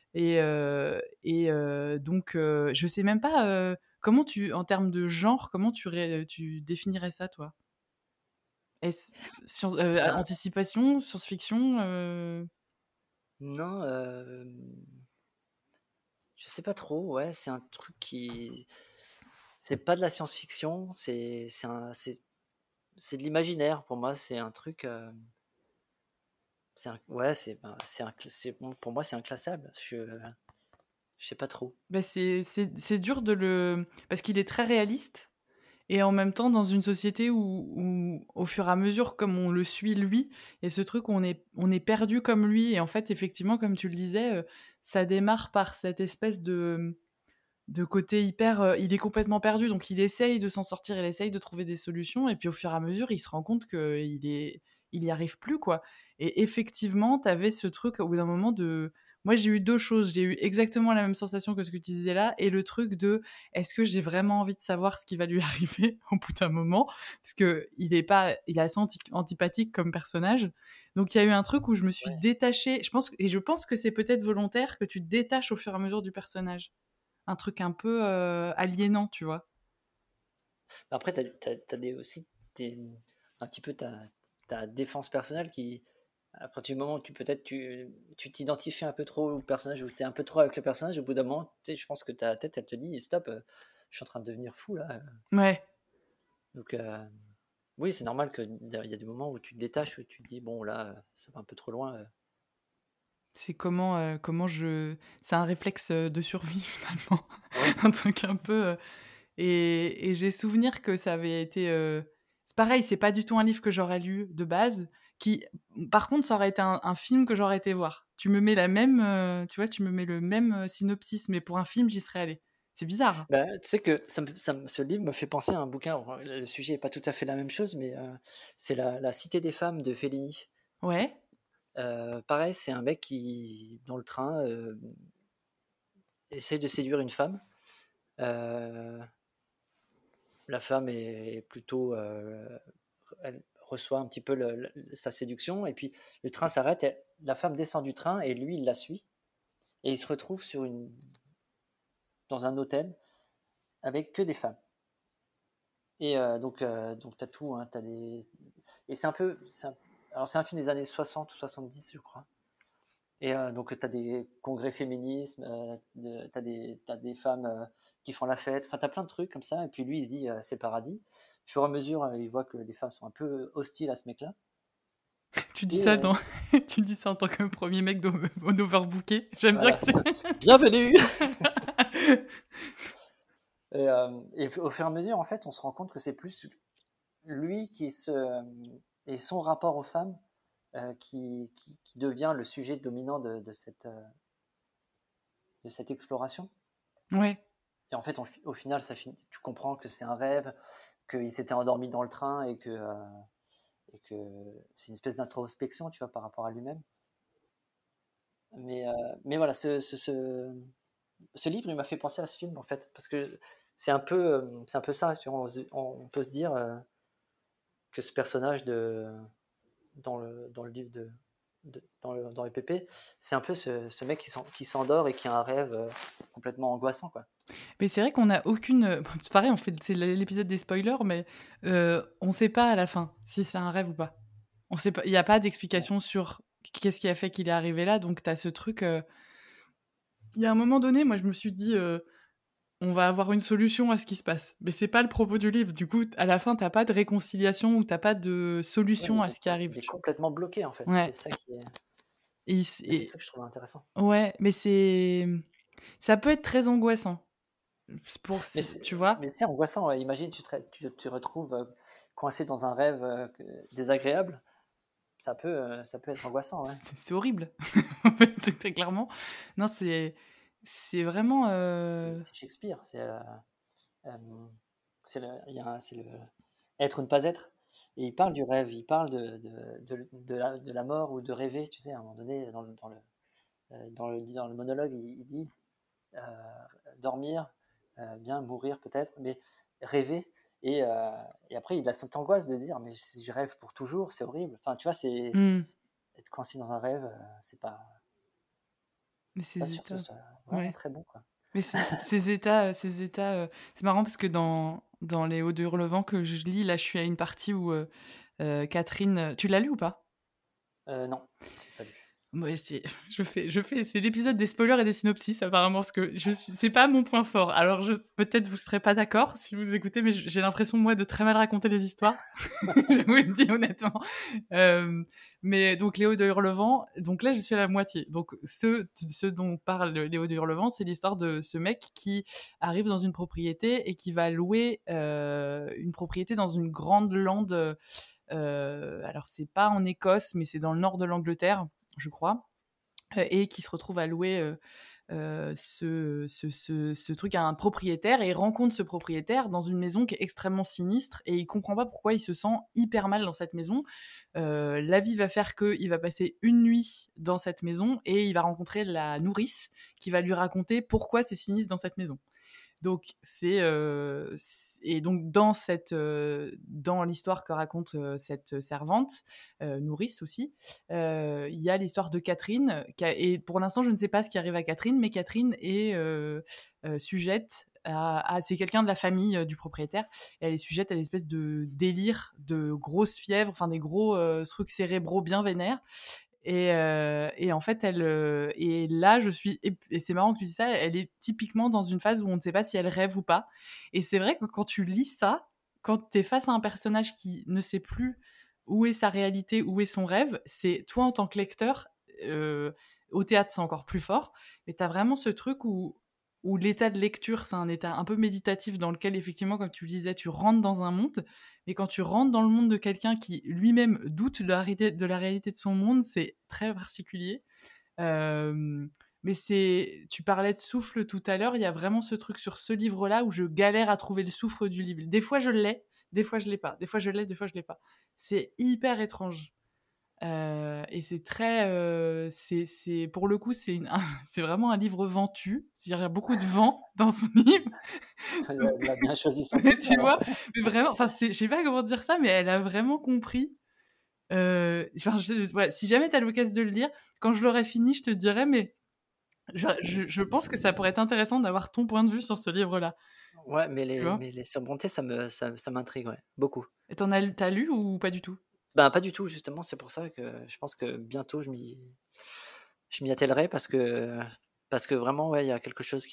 Donc, je sais même pas comment en termes de genre, comment tu définirais ça, toi? Est-ce ben, anticipation, science-fiction non, je sais pas trop, ouais, c'est un truc qui c'est pas de la science-fiction, c'est de l'imaginaire pour moi, c'est un truc, c'est un ouais, c'est ben, c'est un cl c'est bon, pour moi, c'est inclassable. Je sais pas trop. Bah, c'est dur de le parce qu'il est très réaliste et en même temps dans une société où au fur et à mesure, comme on le suit lui, il y a ce truc où on est perdu comme lui et en fait, effectivement, comme tu le disais, ça démarre par cette espèce de côté hyper, il est complètement perdu, donc il essaye de s'en sortir, il essaye de trouver des solutions et puis au fur et à mesure, il se rend compte qu'il y arrive plus, quoi et effectivement, tu avais ce truc au bout d'un moment de moi, j'ai eu 2 choses. J'ai eu exactement la même sensation que ce que tu disais là et le truc de: «Est-ce que j'ai vraiment envie de savoir ce qui va lui arriver?» au bout d'un moment, parce qu'il est assez antipathique comme personnage, donc il y a eu un truc où je me suis Ouais. détachée, je pense que c'est peut-être volontaire que tu te détaches au fur et à mesure du personnage. Un truc un peu, aliénant, tu vois? Après, t'as des aussi des un petit peu ta défense personnelle qui, à partir du moment où peut-être tu t'identifies un peu trop au personnage ou tu es un peu trop avec le personnage, au bout d'un moment, tu sais, je pense que ta tête, elle te dit: «Stop, je suis en train de devenir fou là». Ouais, Donc oui, c'est normal qu'il y a des moments où tu te détaches, où tu te dis: «Bon là, ça va un peu trop loin». c'est comment je c'est un réflexe, de survie finalement, Oui. un truc un peu, et j'ai souvenir que ça avait été, c'est pareil, c'est pas du tout un livre que j'aurais lu de base, qui par contre, ça aurait été un film que j'aurais été voir. Tu me mets la même, tu vois, tu me mets le même, synopsis, mais pour un film, j'y serais allée. C'est bizarre, hein? Bah, tu sais que ce livre me fait penser à un bouquin. Alors, le sujet est pas tout à fait la même chose, mais c'est la Cité des femmes de Fellini. Ouais, Pareil, c'est un mec qui, dans le train, essaye de séduire une femme. Euh, la femme est plutôt, elle reçoit un petit peu sa séduction, et puis le train s'arrête, et la femme descend du train, et lui, il la suit, et il se retrouve dans un hôtel avec que des femmes. Et donc t'as tout, hein, et alors c'est un film des années 60 ou 70, je crois. Et donc, tu as des congrès féminisme, tu as des femmes qui font la fête, enfin, tu as plein de trucs comme ça. Et puis lui, il se dit, c'est paradis. Au fur et à mesure, il voit que les femmes sont un peu hostiles à ce mec-là. tu dis Et ça dans tu dis ça en tant que premier mec d'overbooké. J'aime bien voilà, que tu bienvenue. Et au fur et à mesure, en fait, on se rend compte que c'est plus lui et son rapport aux femmes qui devient le sujet dominant de cette exploration. ouais. Et en fait, au final, tu comprends que c'est un rêve, qu'il s'était endormi dans le train, et que c'est une espèce d'introspection, tu vois, par rapport à lui-même. Mais voilà, ce livre, il m'a fait penser à ce film, en fait, parce que c'est un peu ça. Tu vois, on peut se dire que ce personnage dans le livre dans le PP, c'est un peu ce mec qui s'endort et qui a un rêve complètement angoissant, quoi. Mais c'est vrai qu'on a aucune, c'est pareil, c'est l'épisode des spoilers, mais on sait pas à la fin si c'est un rêve ou pas. On sait pas, il y a pas d'explication sur qu'est-ce qui a fait qu'il est arrivé là, donc tu as ce truc, il y a un moment donné, moi je me suis dit, «On va avoir une solution à ce qui se passe», mais c'est pas le propos du livre. Du coup, à la fin, tu pas de réconciliation ou tu pas de Ouais, solution à ce qui arrive, il est complètement bloqué, en fait. ouais, C'est ça qui est. et il s Et c'est et ça que je trouve intéressant. ouais, mais ça peut être très angoissant. C'est pour Mais si c'est, tu vois? mais c'est angoissant. Ouais. Imagine, tu te retrouves coincé dans un rêve désagréable. Ça peut être angoissant, ouais. C'est horrible. En fait, c'est très clairement. Non, c'est vraiment, C'est Shakespeare. Euh, c'est le être ou ne pas être. Et il parle du rêve, il parle de la mort ou de rêver. Tu sais, à un moment donné, dans le monologue, il dit euh, dormir, bien mourir peut-être, mais rêver. Et, euh, et après, il a cette angoisse de dire, mais si je rêve pour toujours, c'est horrible. Enfin, tu vois, c'est mmh, être coincé dans un rêve, c'est pas, mais pas ces sûr que ce états, soit vraiment ouais, très bon, quoi. mais ces états, c'est marrant parce que dans Les Hauts de Hurlevent que je lis, là, je suis à une partie où, Catherine, tu l'as lu ou pas? Non, pas lu. Moi, c'est l'épisode des spoilers et des synopsis, apparemment, parce que c'est pas mon point fort. Alors, peut-être vous serez pas d'accord si vous écoutez, mais j'ai l'impression, moi, de très mal raconter les histoires. Je vous le dis honnêtement. Mais donc, Léo de Hurlevent, donc là, je suis à la moitié. Donc, ce dont parle Léo de Hurlevent, c'est l'histoire de ce mec qui arrive dans une propriété et qui va louer une propriété dans une grande lande. Alors, c'est pas en Écosse, mais c'est dans le nord de l'Angleterre, je crois, et qui se retrouve à louer ce truc à un propriétaire, et il rencontre ce propriétaire dans une maison qui est extrêmement sinistre, et il comprend pas pourquoi il se sent hyper mal dans cette maison. La vie va faire qu'il va passer une nuit dans cette maison et il va rencontrer la nourrice qui va lui raconter pourquoi c'est sinistre dans cette maison. Donc et donc dans l'histoire que raconte cette servante nourrice aussi, il y a l'histoire de Catherine et pour l'instant je ne sais pas ce qui arrive à Catherine, mais Catherine est sujette c'est quelqu'un de la famille du propriétaire, et elle est sujette à l'espèce de délire, de grosses fièvres, enfin des gros trucs cérébraux bien vénères. Et en fait, et là, et c'est marrant que tu dis ça, elle est typiquement dans une phase où on ne sait pas si elle rêve ou pas. Et c'est vrai que quand tu lis ça, quand tu es face à un personnage qui ne sait plus où est sa réalité, où est son rêve, c'est toi en tant que lecteur, au théâtre c'est encore plus fort, mais tu as vraiment ce truc où l'état de lecture, c'est un état un peu méditatif dans lequel, effectivement, comme tu le disais, tu rentres dans un monde. Mais quand tu rentres dans le monde de quelqu'un qui lui-même doute de la réalité de son monde, c'est très particulier. Mais tu parlais de souffle tout à l'heure, il y a vraiment ce truc sur ce livre-là où je galère à trouver le souffle du livre. Des fois je l'ai, des fois je l'ai pas. Des fois je l'ai, des fois je l'ai pas. C'est hyper étrange. Et c'est très, c'est pour le coup, c'est vraiment un livre ventu. Il y a beaucoup de vent dans ce livre. Elle a bien choisi son Mais titre tu alors. vois, mais vraiment, enfin, je sais pas comment dire ça, mais elle a vraiment compris. Enfin, voilà, si jamais tu as l'occasion de le lire, quand je l'aurai fini, je te dirai, mais je pense que ça pourrait être intéressant d'avoir ton point de vue sur ce livre-là. Ouais, Tu vois? mais les surmonter, ça m'intrigue, ouais, beaucoup. Et t'as lu ou pas du tout? Ben, pas du tout, justement, c'est pour ça que je pense que bientôt je m'y attellerai parce que vraiment, ouais, il y a quelque chose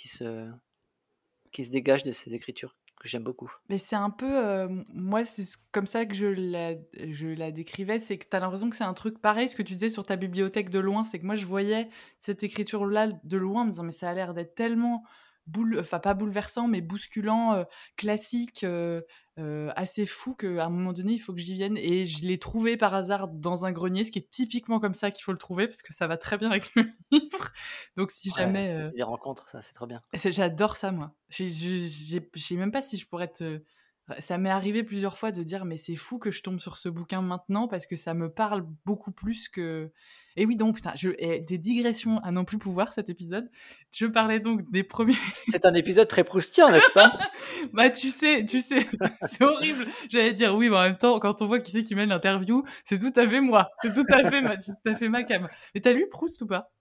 qui se dégage de ces écritures que j'aime beaucoup. Mais c'est un peu, moi, comme ça que je la décrivais, c'est que tu as l'impression que c'est un truc pareil, ce que tu disais sur ta bibliothèque de loin, c'est que moi, je voyais cette écriture-là de loin en me disant: «Mais ça a l'air d'être tellement enfin pas bouleversant, mais bousculant, classique, assez fou qu'à un moment donné, il faut que j'y vienne», et je l'ai trouvé par hasard dans un grenier, ce qui est typiquement comme ça qu'il faut le trouver parce que ça va très bien avec le livre. Donc si Ouais, jamais, c'est des rencontres, ça, c'est trop bien. j'adore ça, moi. Je sais même pas si je pourrais ça m'est arrivé plusieurs fois de dire: «Mais c'est fou que je tombe sur ce bouquin maintenant», parce que ça me parle beaucoup plus que. Et oui, donc putain, des digressions à n'en plus pouvoir, cet épisode. Je parlais donc des premiers. C'est un épisode très proustien, n'est-ce pas? Bah, tu sais, c'est horrible. J'allais dire oui, mais en même temps, quand on voit qui c'est qui mène l'interview, c'est tout à fait moi. C'est tout à fait ma came. Mais tu lu Proust ou pas?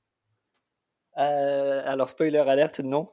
Alors spoiler alerte, non.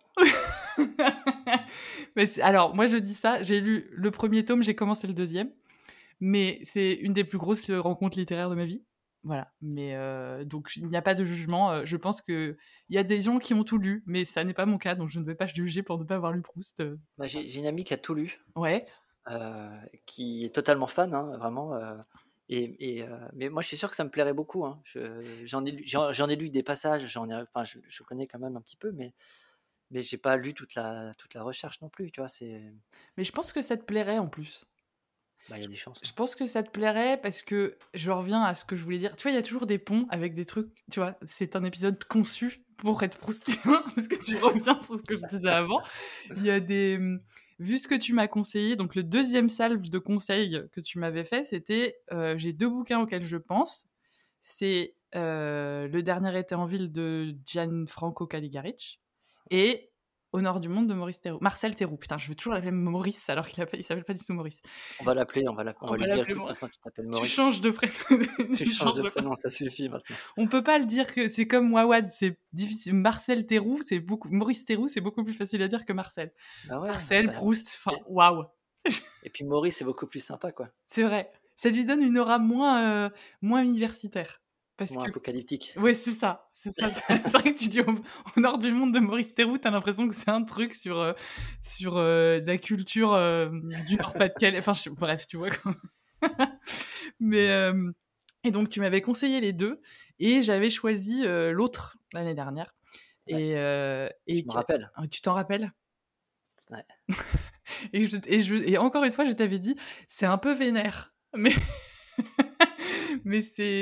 Mais alors, moi je dis ça, j'ai lu le premier tome, j'ai commencé le deuxième, mais c'est une des plus grosses rencontres littéraires de ma vie. Voilà. Mais donc il n'y a pas de jugement. Je pense que il y a des gens qui ont tout lu, mais ça n'est pas mon cas, donc je ne vais pas juger pour ne pas avoir lu Proust. Bah, j'ai une amie qui a tout lu, Ouais. qui est totalement fan, hein, vraiment. Mais moi, je suis sûr que ça me plairait beaucoup, hein. J'en ai lu des passages, enfin, je connais quand même un petit peu, mais j'ai pas lu toute la recherche non plus, tu vois. Mais je pense que ça te plairait en plus. Bah, il y a des chances, Je hein. pense que ça te plairait parce que je reviens à ce que je voulais dire. Tu vois, il y a toujours des ponts avec des trucs. Tu vois, c'est un épisode conçu pour être proustivin parce que tu reviens sur ce que je disais avant. Il y a des. Vu ce que tu m'as conseillé, donc le deuxième salve de conseils que tu m'avais fait, c'était j'ai deux bouquins auxquels je pense. C'est Le dernier été en ville de Gianfranco Caligaric et Au nord du monde de Maurice Théroux. Marcel Théroux. Putain, je veux toujours l'appeler Maurice alors il s'appelle pas du tout Maurice. On On va va lui dire, l'appeler écoute, Maurice. maintenant tu t'appelles Tu Maurice. changes de prénom. Tu Tu changes changes de de prénom. prénom, ça suffit maintenant. On peut pas le dire que c'est comme Wawad, c'est difficile. Marcel Théroux, Maurice Théroux, c'est beaucoup plus facile à dire que Marcel. Bah ouais, Marcel, bah, Proust, enfin, c'est- waouh. et puis Maurice, c'est beaucoup plus sympa, quoi. C'est vrai. Ça lui donne une aura moins universitaire. parce Moins que apocalyptique. ouais, c'est ça, c'est ça. C'est vrai que tu dis au nord du monde de Maurice Theroux, tu l'impression que c'est un truc sur la culture, du Nord-Pas-de-Calais, enfin je bref, tu vois? Mais et donc tu m'avais conseillé les 2 et j'avais choisi, l'autre l'année dernière Ouais, je et me que rappelle. tu t'en rappelles? Ouais. Et encore une fois, je t'avais dit: «C'est un peu vénère», mais mais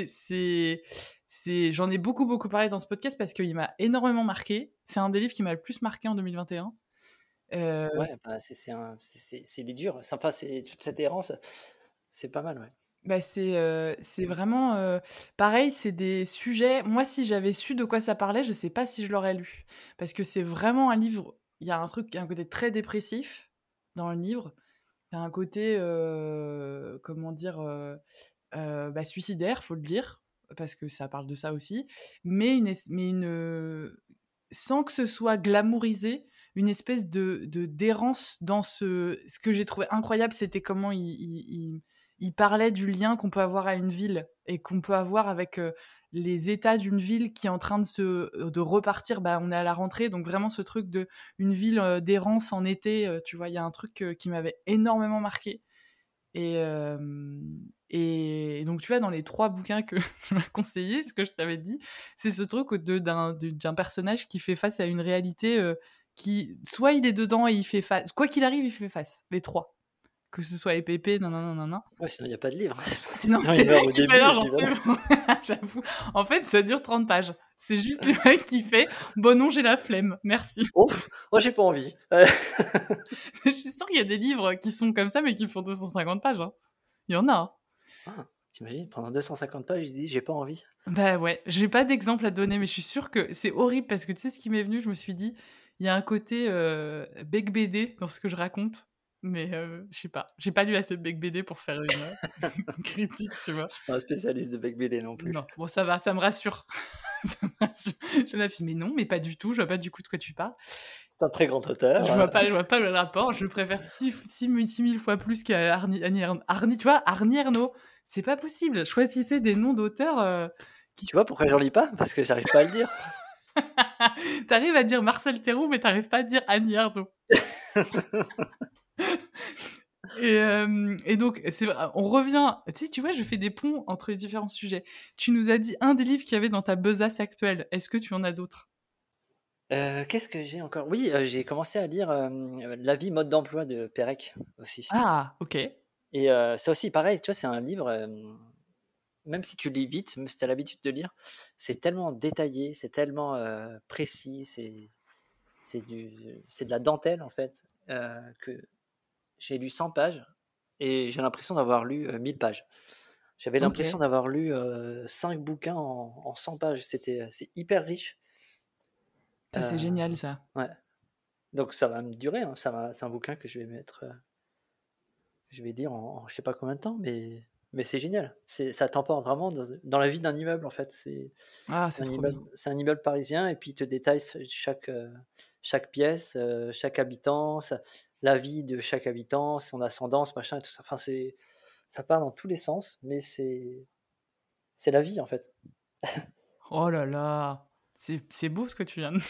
c'est j'en ai beaucoup, beaucoup parlé dans ce podcast parce qu'il m'a énormément marqué. C'est un des livres qui m'a le plus marqué en 2021. Heu, Ouais, bah, c'est des durs. Enfin, c'est toute cette errance, c'est pas mal, ouais. Bah, c'est vraiment, pareil, c'est des sujets moi, si j'avais su de quoi ça parlait, je sais pas si je l'aurais lu. Parce que c'est vraiment un livre il y a un côté très dépressif dans le livre. Il y a un côté, comment dire? Bah, suicidaire, faut le dire, parce que ça parle de ça aussi, mais sans que ce soit glamourisé, une espèce de d'errance dans ce que j'ai trouvé incroyable, c'était comment il parlait du lien qu'on peut avoir à une ville et qu'on peut avoir avec, les états d'une ville qui est en train de repartir. Bah, on est à la rentrée, donc vraiment ce truc de une ville, d'errance en été, tu vois? Il y a un truc, qui m'avait énormément marqué. Et donc, tu vois, dans les 3 bouquins que tu m'as conseillés, ce que je t'avais dit, c'est ce truc d'un personnage qui fait face à une réalité, qui soit il est dedans et il fait face quoi qu'il arrive, il fait face, les 3. Que ce soit EPP, nin. Ouais, sinon il y a pas de livre. Sinon, Sinon c'est il le meurt mec au qui fait début et genre puis voilà. c'est bon, j'avoue. En fait, ça dure 30 pages. C'est juste le mec qui fait: «Bon non, j'ai la flemme, merci». Ouf! Oh, j'ai pas envie. Je suis sûre qu'il y a des livres qui sont comme ça, mais qui font 250 pages, hein. Il y en a, hein. Ah, tu pendant 250 pages, il dit: «J'ai pas envie». Bah, ouais, j'ai pas d'exemple à te donner, mais je suis sûre que c'est horrible parce que tu sais ce qui m'est venu? Je me suis dit: «Il y a un côté, bec BD dans ce que je raconte», mais je sais pas. J'ai pas lu assez de bec BD pour faire une critique, tu vois? Je suis pas un spécialiste de bec BD non plus. Non, bon ça va, ça me rassure. Ça me rassure. Je la fille: «Mais non, mais pas du tout, je vois pas du coup de quoi tu parles. C'est un très grand auteur, Je vois pas le rapport, je préfère 6 000 fois plus qu'Arnie Arnie, tu vois? Arnie Ernaux, c'est pas possible. Choisissez des noms d'auteurs, qui Tu vois pourquoi j'en lis pas? Parce que j'arrive pas à le dire. T'arrives à dire Marcel Théroux, mais t'arrives pas à dire Annie Ernaux. Et donc, c'est vrai, on revient. Tu sais, tu vois, je fais des ponts entre les différents sujets. Tu nous as dit un des livres qu'il y avait dans ta besace actuelle. Est-ce que tu en as d'autres? Qu'est-ce que j'ai encore? Oui, j'ai commencé à lire, La vie, mode d'emploi de Pérec aussi Ah, ok. et ça aussi pareil, tu vois, c'est un livre, même si tu lis vite, même si tu as l'habitude de lire, c'est tellement détaillé, c'est tellement, précis, c'est de la dentelle en fait, que j'ai lu 100 pages et j'ai l'impression d'avoir lu, 1000 pages. J'avais Ok. l'impression d'avoir lu, 5 bouquins en 100 pages. C'est hyper riche. Ça, c'est Heu, génial, ça. ouais, donc ça va me durer, hein, c'est un bouquin que je vais mettre, je vais lire en je sais pas combien de temps, mais c'est génial. Ça t'emporte vraiment dans la vie d'un immeuble, en fait. Ah, c'est trop bien. C'est un immeuble parisien et puis il te détaille chaque pièce, chaque habitant, la vie de chaque habitant, son ascendance, machin et tout ça. Enfin, ça part dans tous les sens, mais c'est la vie, en fait. Oh là là. C'est beau ce que tu viens de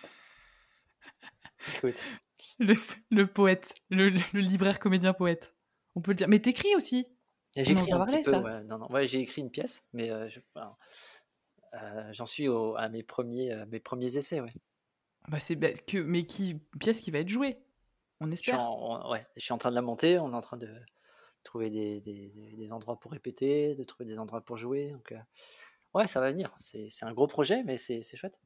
Écoute, le, le poète, le libraire comédien poète. On peut le dire. Mais t'écris aussi. et On n'en a j'écris pas un petit parlé, peu, ça. ouais, non, non, ouais, j'ai écrit une pièce, mais enfin, j'en suis à mes premiers essais, ouais. Bah, mais pièce qui va être jouée. On espère. Ouais, je suis en train de la monter, on est en train de trouver des endroits pour répéter, de trouver des endroits pour jouer, donc ouais, ça va venir. C'est un gros projet, mais c'est chouette.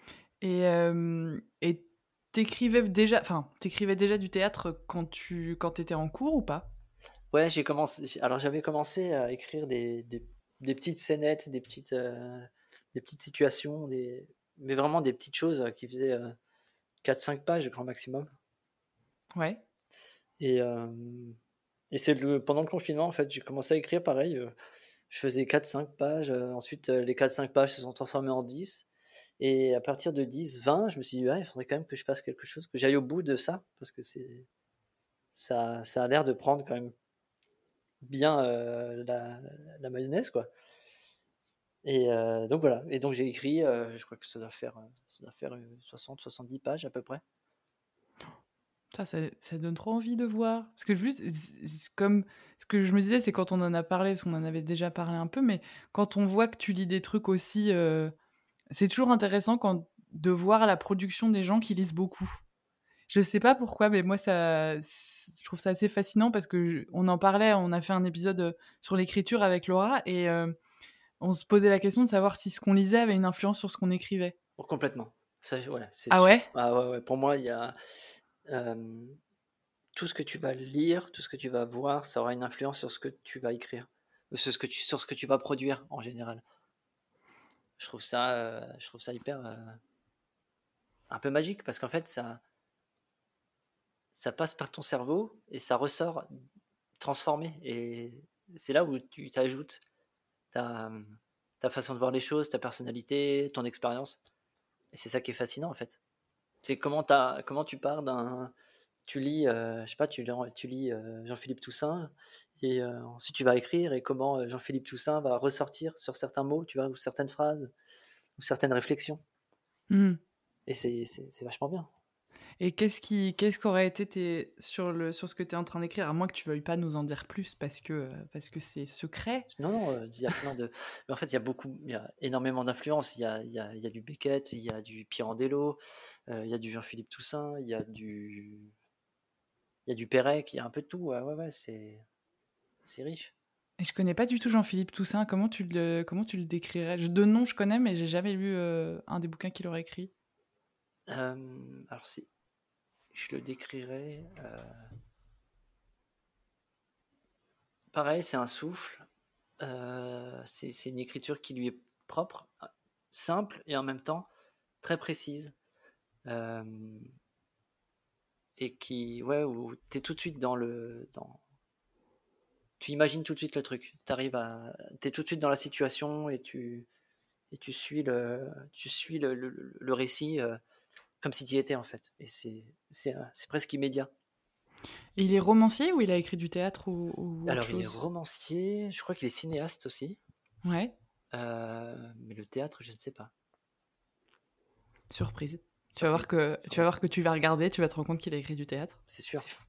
Et t'écrivais déjà du théâtre quand t'étais en cours ou pas? Ouais, j'avais commencé à écrire des petites scénettes, des petites situations, mais vraiment des petites choses, qui faisaient, 4-5 pages grand maximum Ouais. et c'est pendant le confinement, en fait, j'ai commencé à écrire pareil, je faisais 4-5 pages, ensuite, les 4-5 pages se sont transformées en 10 et à partir de 10-20, je me suis dit: «Ouais, il faudrait quand même que je fasse quelque chose, que j'aille au bout de ça», parce que ça a l'air de prendre quand même bien, la mayonnaise, quoi. Donc voilà. Et donc j'ai écrit, je crois que ça doit faire 60-70 pages à peu près. Ça donne trop envie de voir. Parce que juste, comme ce que je me disais, c'est quand on en a parlé, parce qu'on en avait déjà parlé un peu, mais quand on voit que tu lis des trucs aussi, c'est toujours intéressant de voir la production des gens qui lisent beaucoup. Je sais pas pourquoi, mais moi, je trouve ça assez fascinant parce que on en parlait, on a fait un épisode sur l'écriture avec Laura et on se posait la question de savoir si ce qu'on lisait avait une influence sur ce qu'on écrivait. Bon, complètement. Ça, ouais, c'est Ah sûr. ouais? Ah ouais, ouais. Pour moi, il y a tout ce que tu vas lire, tout ce que tu vas voir, ça aura une influence sur ce que tu vas écrire, ou sur ce que tu vas produire en général. Je trouve ça hyper un peu magique parce qu'en fait, ça passe par ton cerveau et ça ressort transformé. Et c'est là où tu t'ajoutes ta, ta façon de voir les choses, ta personnalité, ton expérience. Et c'est ça qui est fascinant en fait. C'est comment tu pars d'un. Tu lis, je sais pas, tu lis Jean-Philippe Toussaint et ensuite tu vas écrire et comment Jean-Philippe Toussaint va ressortir sur certains mots, tu vois, ou certaines phrases, ou certaines réflexions. Mmh. Et c'est vachement bien. Et qu'est-ce qu'aurait été sur ce que tu es en train d'écrire? À moins que tu veuilles pas nous en dire plus parce que c'est secret. Non, non, il y a plein de. Mais en fait, il y a énormément d'influences. Il y a du Beckett, il y a du Pirandello, il y a du Jean-Philippe Toussaint, il y a du Pérec, il y a un peu de tout. Ouais, ouais, ouais, c'est riche. Et je connais pas du tout Jean-Philippe Toussaint. Comment tu le décrirais? De nom, je connais, mais j'ai jamais lu, un des bouquins qu'il aurait écrit. Alors, je le décrirais. Pareil, c'est un souffle. C'est une écriture qui lui est propre, simple et en même temps très précise. Euh, et qui, ouais, où tu es tout de suite tu imagines tout de suite le truc. T'es tout de suite dans la situation et tu suis le récit comme si tu y étais en fait. Et c'est presque immédiat. Et il est romancier ou il a écrit du théâtre ou autre Alors il est chose? romancier, je crois qu'il est cinéaste aussi, Ouais, mais le théâtre, je ne sais pas. surprise. Surprise. Tu vas voir que tu vas regarder, tu vas te rendre compte qu'il a écrit du théâtre. C'est sûr. C'est fou.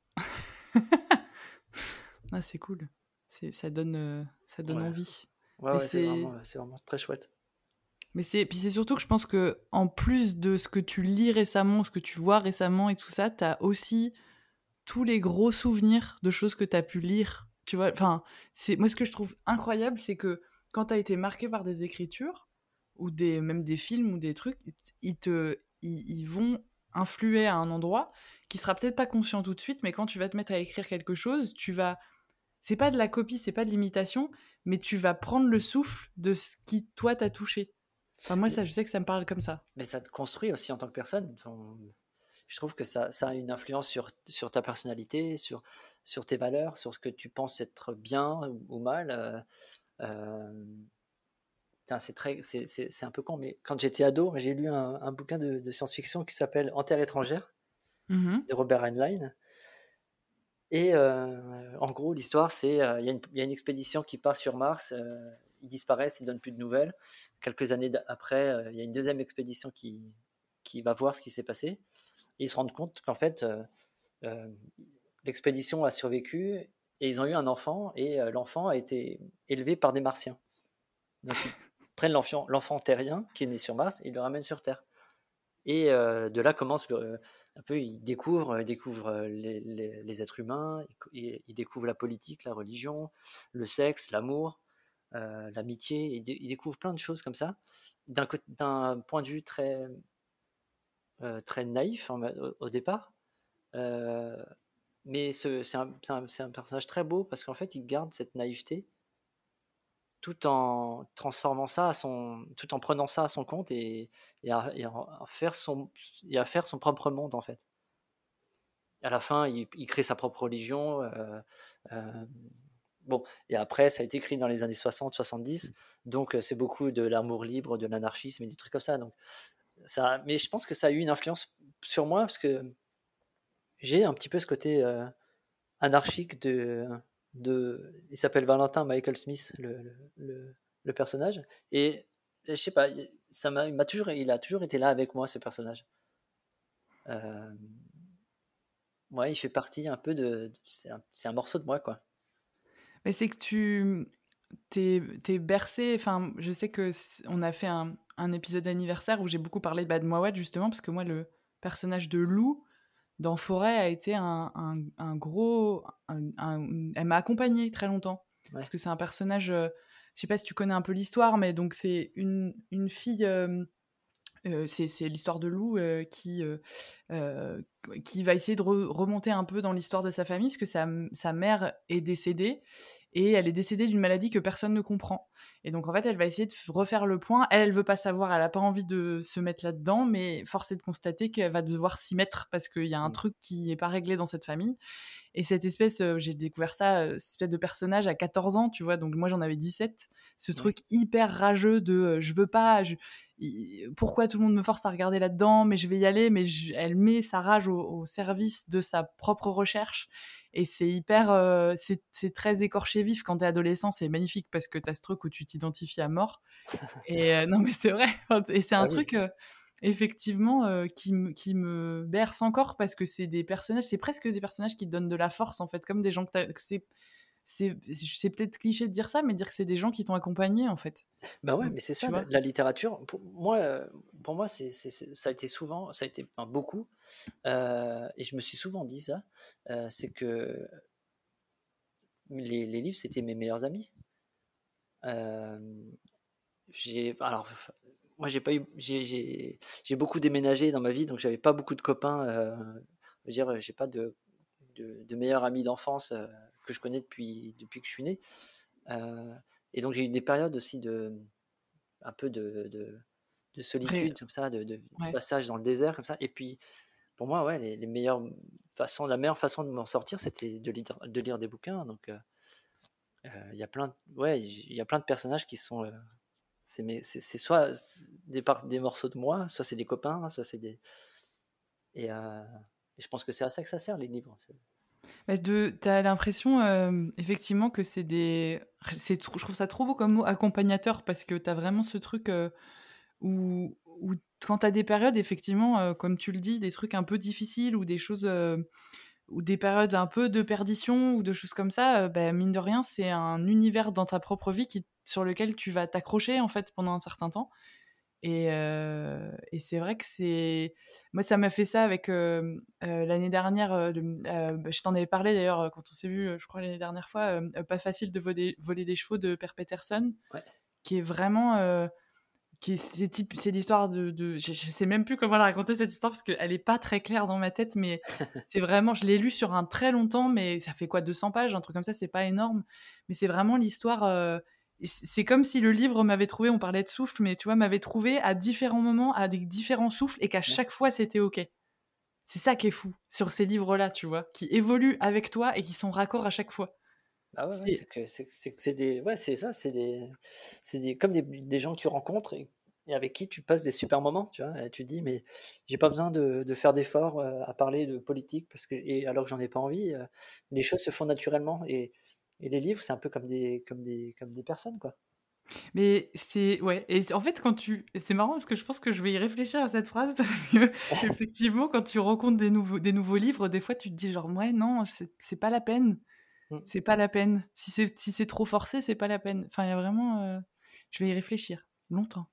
Ah, c'est cool. Ça donne Ouais, envie. ouais, Mais ouais, c'est c'est vraiment très chouette. puis c'est surtout que je pense que en plus de ce que tu lis récemment, ce que tu vois récemment et tout ça, t'as aussi tous les gros souvenirs de choses que t'as pu lire. Tu vois, enfin, c'est moi ce que je trouve incroyable, c'est que quand t'as été marqué par des écritures ou même des films ou des trucs, ils vont influer à un endroit qui sera peut-être pas conscient tout de suite, mais quand tu vas te mettre à écrire quelque chose, c'est pas de la copie, c'est pas de l'imitation, mais tu vas prendre le souffle de ce qui toi t'a touché. Enfin moi Mais, ça, je sais que ça me parle comme ça. mais ça te construit aussi en tant que personne. Je trouve que ça a une influence sur ta personnalité, sur tes valeurs, sur ce que tu penses être bien ou mal. Euh, putain, c'est un peu con, mais quand j'étais ado, j'ai lu un bouquin de science-fiction qui s'appelle En Terre étrangère Mhm. de Robert Heinlein. Et en gros, l'histoire, c'est il y a une expédition qui part sur Mars. Ils disparaissent, ils donnent plus de nouvelles. Quelques années après, il y a une deuxième expédition qui va voir ce qui s'est passé. Et ils se rendent compte qu'en fait, euh, l'expédition a survécu et ils ont eu un enfant. Et l'enfant a été élevé par des Martiens. Donc ils prennent l'enfant terrien qui est né sur Mars et ils le ramènent sur Terre. Et de là commence un peu, il découvre les êtres humains, il découvre la politique, la religion, le sexe, l'amour, l'amitié, il découvre plein de choses comme ça, d'un point de vue très naïf au départ. Euh, mais c'est un personnage très beau parce qu'en fait, il garde cette naïveté tout en transformant tout en prenant ça à son compte et à faire son propre monde en fait. À la fin, il crée sa propre religion. Euh, bon, et après, ça a été écrit dans les années 60-70, donc c'est beaucoup de l'amour libre, de l'anarchisme et des trucs comme ça. Donc, mais je pense que ça a eu une influence sur moi parce que j'ai un petit peu ce côté anarchique il s'appelle Valentin Michael Smith, le le personnage. Et je sais pas, il a toujours été là avec moi, ce personnage. Euh, ouais, il fait partie un peu c'est un morceau de moi, quoi. Mais c'est que t'es bercé. Enfin, je sais que on a fait un épisode d'anniversaire où j'ai beaucoup parlé de Mouawad justement parce que moi le personnage de Lou dans Forêt a été un gros. Elle m'a accompagnée très longtemps parce Ouais. que c'est un personnage. Je sais pas si tu connais un peu l'histoire, mais donc c'est une fille. C'est l'histoire de Lou euh, qui va essayer de remonter un peu dans l'histoire de sa famille, parce que sa mère est décédée, et elle est décédée d'une maladie que personne ne comprend. Et donc, en fait, elle va essayer de refaire le point. Elle veut pas savoir, elle a pas envie de se mettre là-dedans, mais force est de constater qu'elle va devoir s'y mettre, parce qu'il y a un Mm. truc qui est pas réglé dans cette famille. Et cette espèce, j'ai découvert ça, cette espèce de personnage à 14 ans, tu vois, donc moi j'en avais 17, ce Ouais. truc hyper rageux de je veux pas, pourquoi tout le monde me force à regarder là-dedans, mais je vais y aller, mais elle met sa rage au service de sa propre recherche. Et c'est hyper, c'est très écorché vif quand t'es adolescent, c'est magnifique parce que t'as ce truc où tu t'identifies à mort. Et non, mais c'est vrai. Et c'est Ah un oui. truc, effectivement, qui me berce encore parce que c'est des personnages, c'est presque des personnages qui te donnent de la force, en fait, comme des gens que c'est peut-être cliché de dire ça, mais dire que c'est des gens qui t'ont accompagné, en fait. Ben ouais, Donc, mais c'est tu ça, la, vois. la littérature. Pour moi, ça a été souvent, ça a été enfin, beaucoup, et je me suis souvent dit ça, c'est que les livres, c'était mes meilleurs amis. Euh, alors, moi, j'ai pas eu, j'ai beaucoup déménagé dans ma vie, donc j'avais pas beaucoup de copains. Je veux dire, j'ai pas de meilleurs amis d'enfance que je connais depuis que je suis né. Euh, et donc j'ai eu des périodes aussi un peu de Après, solitude comme ça, de ouais. passage dans le désert comme ça. Et puis pour moi, ouais, la meilleure façon de m'en sortir, c'était de lire des bouquins. Donc il y a ouais, il y a plein de personnages qui sont, c'est soit des morceaux de moi, soit c'est des copains, soit c'est des et, euh, et je pense que c'est à ça que ça sert les livres. Bah, t'as l'impression, effectivement, que je trouve ça trop beau comme mot, accompagnateur, parce que t'as vraiment ce truc où quand t'as des périodes, effectivement, comme tu le dis, des trucs un peu difficiles ou des choses, ou des périodes un peu de perdition ou de choses comme ça, bah, mine de rien, c'est un univers dans ta propre vie sur lequel tu vas t'accrocher, en fait, pendant un certain temps. Et c'est vrai que moi, ça m'a fait ça avec l'année dernière. Bah, je t'en avais parlé d'ailleurs quand on s'est vu, je crois, l'année dernière fois. Pas facile de voler des chevaux de Per Peterson, Ouais. qui est vraiment. C'est l'histoire je sais même plus comment la raconter cette histoire parce qu'elle est pas très claire dans ma tête, mais c'est vraiment. Je l'ai lu sur un très longtemps, mais ça fait quoi, 200 pages, un truc comme ça, c'est pas énorme. Mais c'est vraiment l'histoire. C'est comme si le livre m'avait trouvé, on parlait de souffle, mais tu vois, m'avait trouvé à différents moments, à des différents souffles, et qu'à Ouais. chaque fois c'était ok. C'est ça qui est fou sur ces livres-là, tu vois, qui évoluent avec toi et qui sont raccords à chaque fois. Ah ouais, ouais, C'est c'est des, ouais, c'est ça, comme des gens que tu rencontres et avec qui tu passes des super moments, tu vois. Et tu te dis, mais j'ai pas besoin de faire d'efforts à parler de politique et alors que j'en ai pas envie, les choses se font naturellement et les livres, c'est un peu comme des personnes, quoi. Mais ouais, et en fait c'est marrant parce que je pense que je vais y réfléchir à cette phrase parce que effectivement quand tu rencontres des nouveaux livres, des fois tu te dis genre ouais non, c'est pas la peine. Mm. C'est pas la peine. Si c'est trop forcé, c'est pas la peine. Enfin, il y a vraiment je vais y réfléchir longtemps.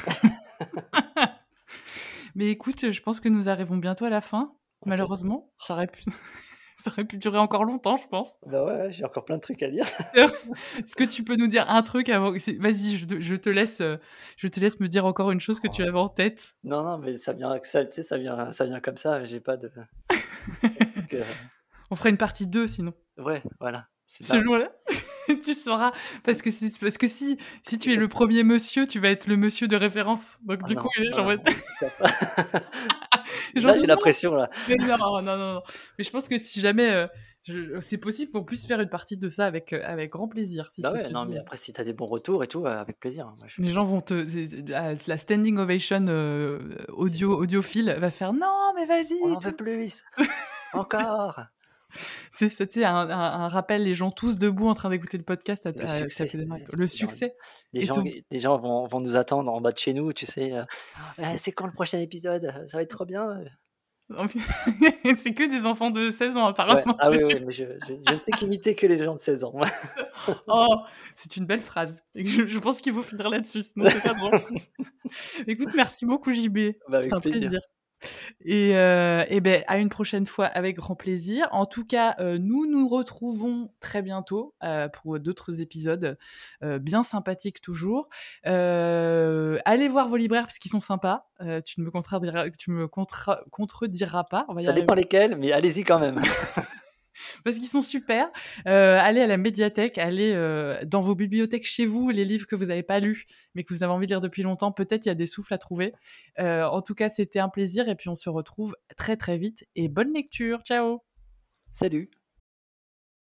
Mais écoute, je pense que nous arrivons bientôt à la fin. Ok. Malheureusement, ça aurait pu ça aurait pu durer encore longtemps, je pense. Bah ouais, ouais, j'ai encore plein de trucs à dire. Est-ce que tu peux nous dire un truc avant Vas-y, je te laisse me dire encore une chose que tu Oh. avais en tête. Non, non, mais ça vient, tu sais, ça vient comme ça. J'ai pas de. Donc, On fera une partie 2 sinon. ouais, voilà. C'est Ce là. jour-là, tu sauras. Parce que si tu C'est es ça. le premier monsieur, tu vas être le monsieur de référence. Donc Ah du coup, non, non, j'en non, vais... j'espère pas. j'en Là, dis j'ai la non, pression là. mais non, non, non, non. Mais je pense que si jamais c'est possible qu'on puisse faire une partie de ça avec grand plaisir, si Bah ça ouais, te non, dit. mais après, si t'as des bons retours et tout, avec plaisir, hein. Moi, Les gens vont la standing ovation c'est ça. audiophile va faire non, mais On vas-y et en veut tout. plus, C'est- encore. C'était un rappel, les gens tous debout en train d'écouter le podcast à Le succès. le succès Des et gens, tout. des gens vont nous attendre en bas de chez nous, tu sais. C'est quand le prochain épisode? Ça va être trop bien. C'est que des enfants de 16 ans Ouais. apparemment. Ah oui, oui, mais je ne sais qu'imiter que les gens de 16 ans. Oh, c'est une belle phrase. Et je pense qu'il faut finir là-dessus, sinon c'est pas drôle. Écoute, merci beaucoup JB, Bah, c'était avec un plaisir. plaisir. Et ben à une prochaine fois avec grand plaisir. En tout cas, nous nous retrouvons très bientôt pour d'autres épisodes bien sympathiques toujours. Allez voir vos libraires parce qu'ils sont sympas. Tu ne me contrediras pas. On va y Ça dépend arriver. lesquels, mais allez-y quand même. Parce qu'ils sont super. Allez à la médiathèque, allez dans vos bibliothèques chez vous, les livres que vous n'avez pas lus, mais que vous avez envie de lire depuis longtemps. Peut-être il y a des souffles à trouver. En tout cas, c'était un plaisir et puis on se retrouve très très vite. Et bonne lecture. Ciao. Salut.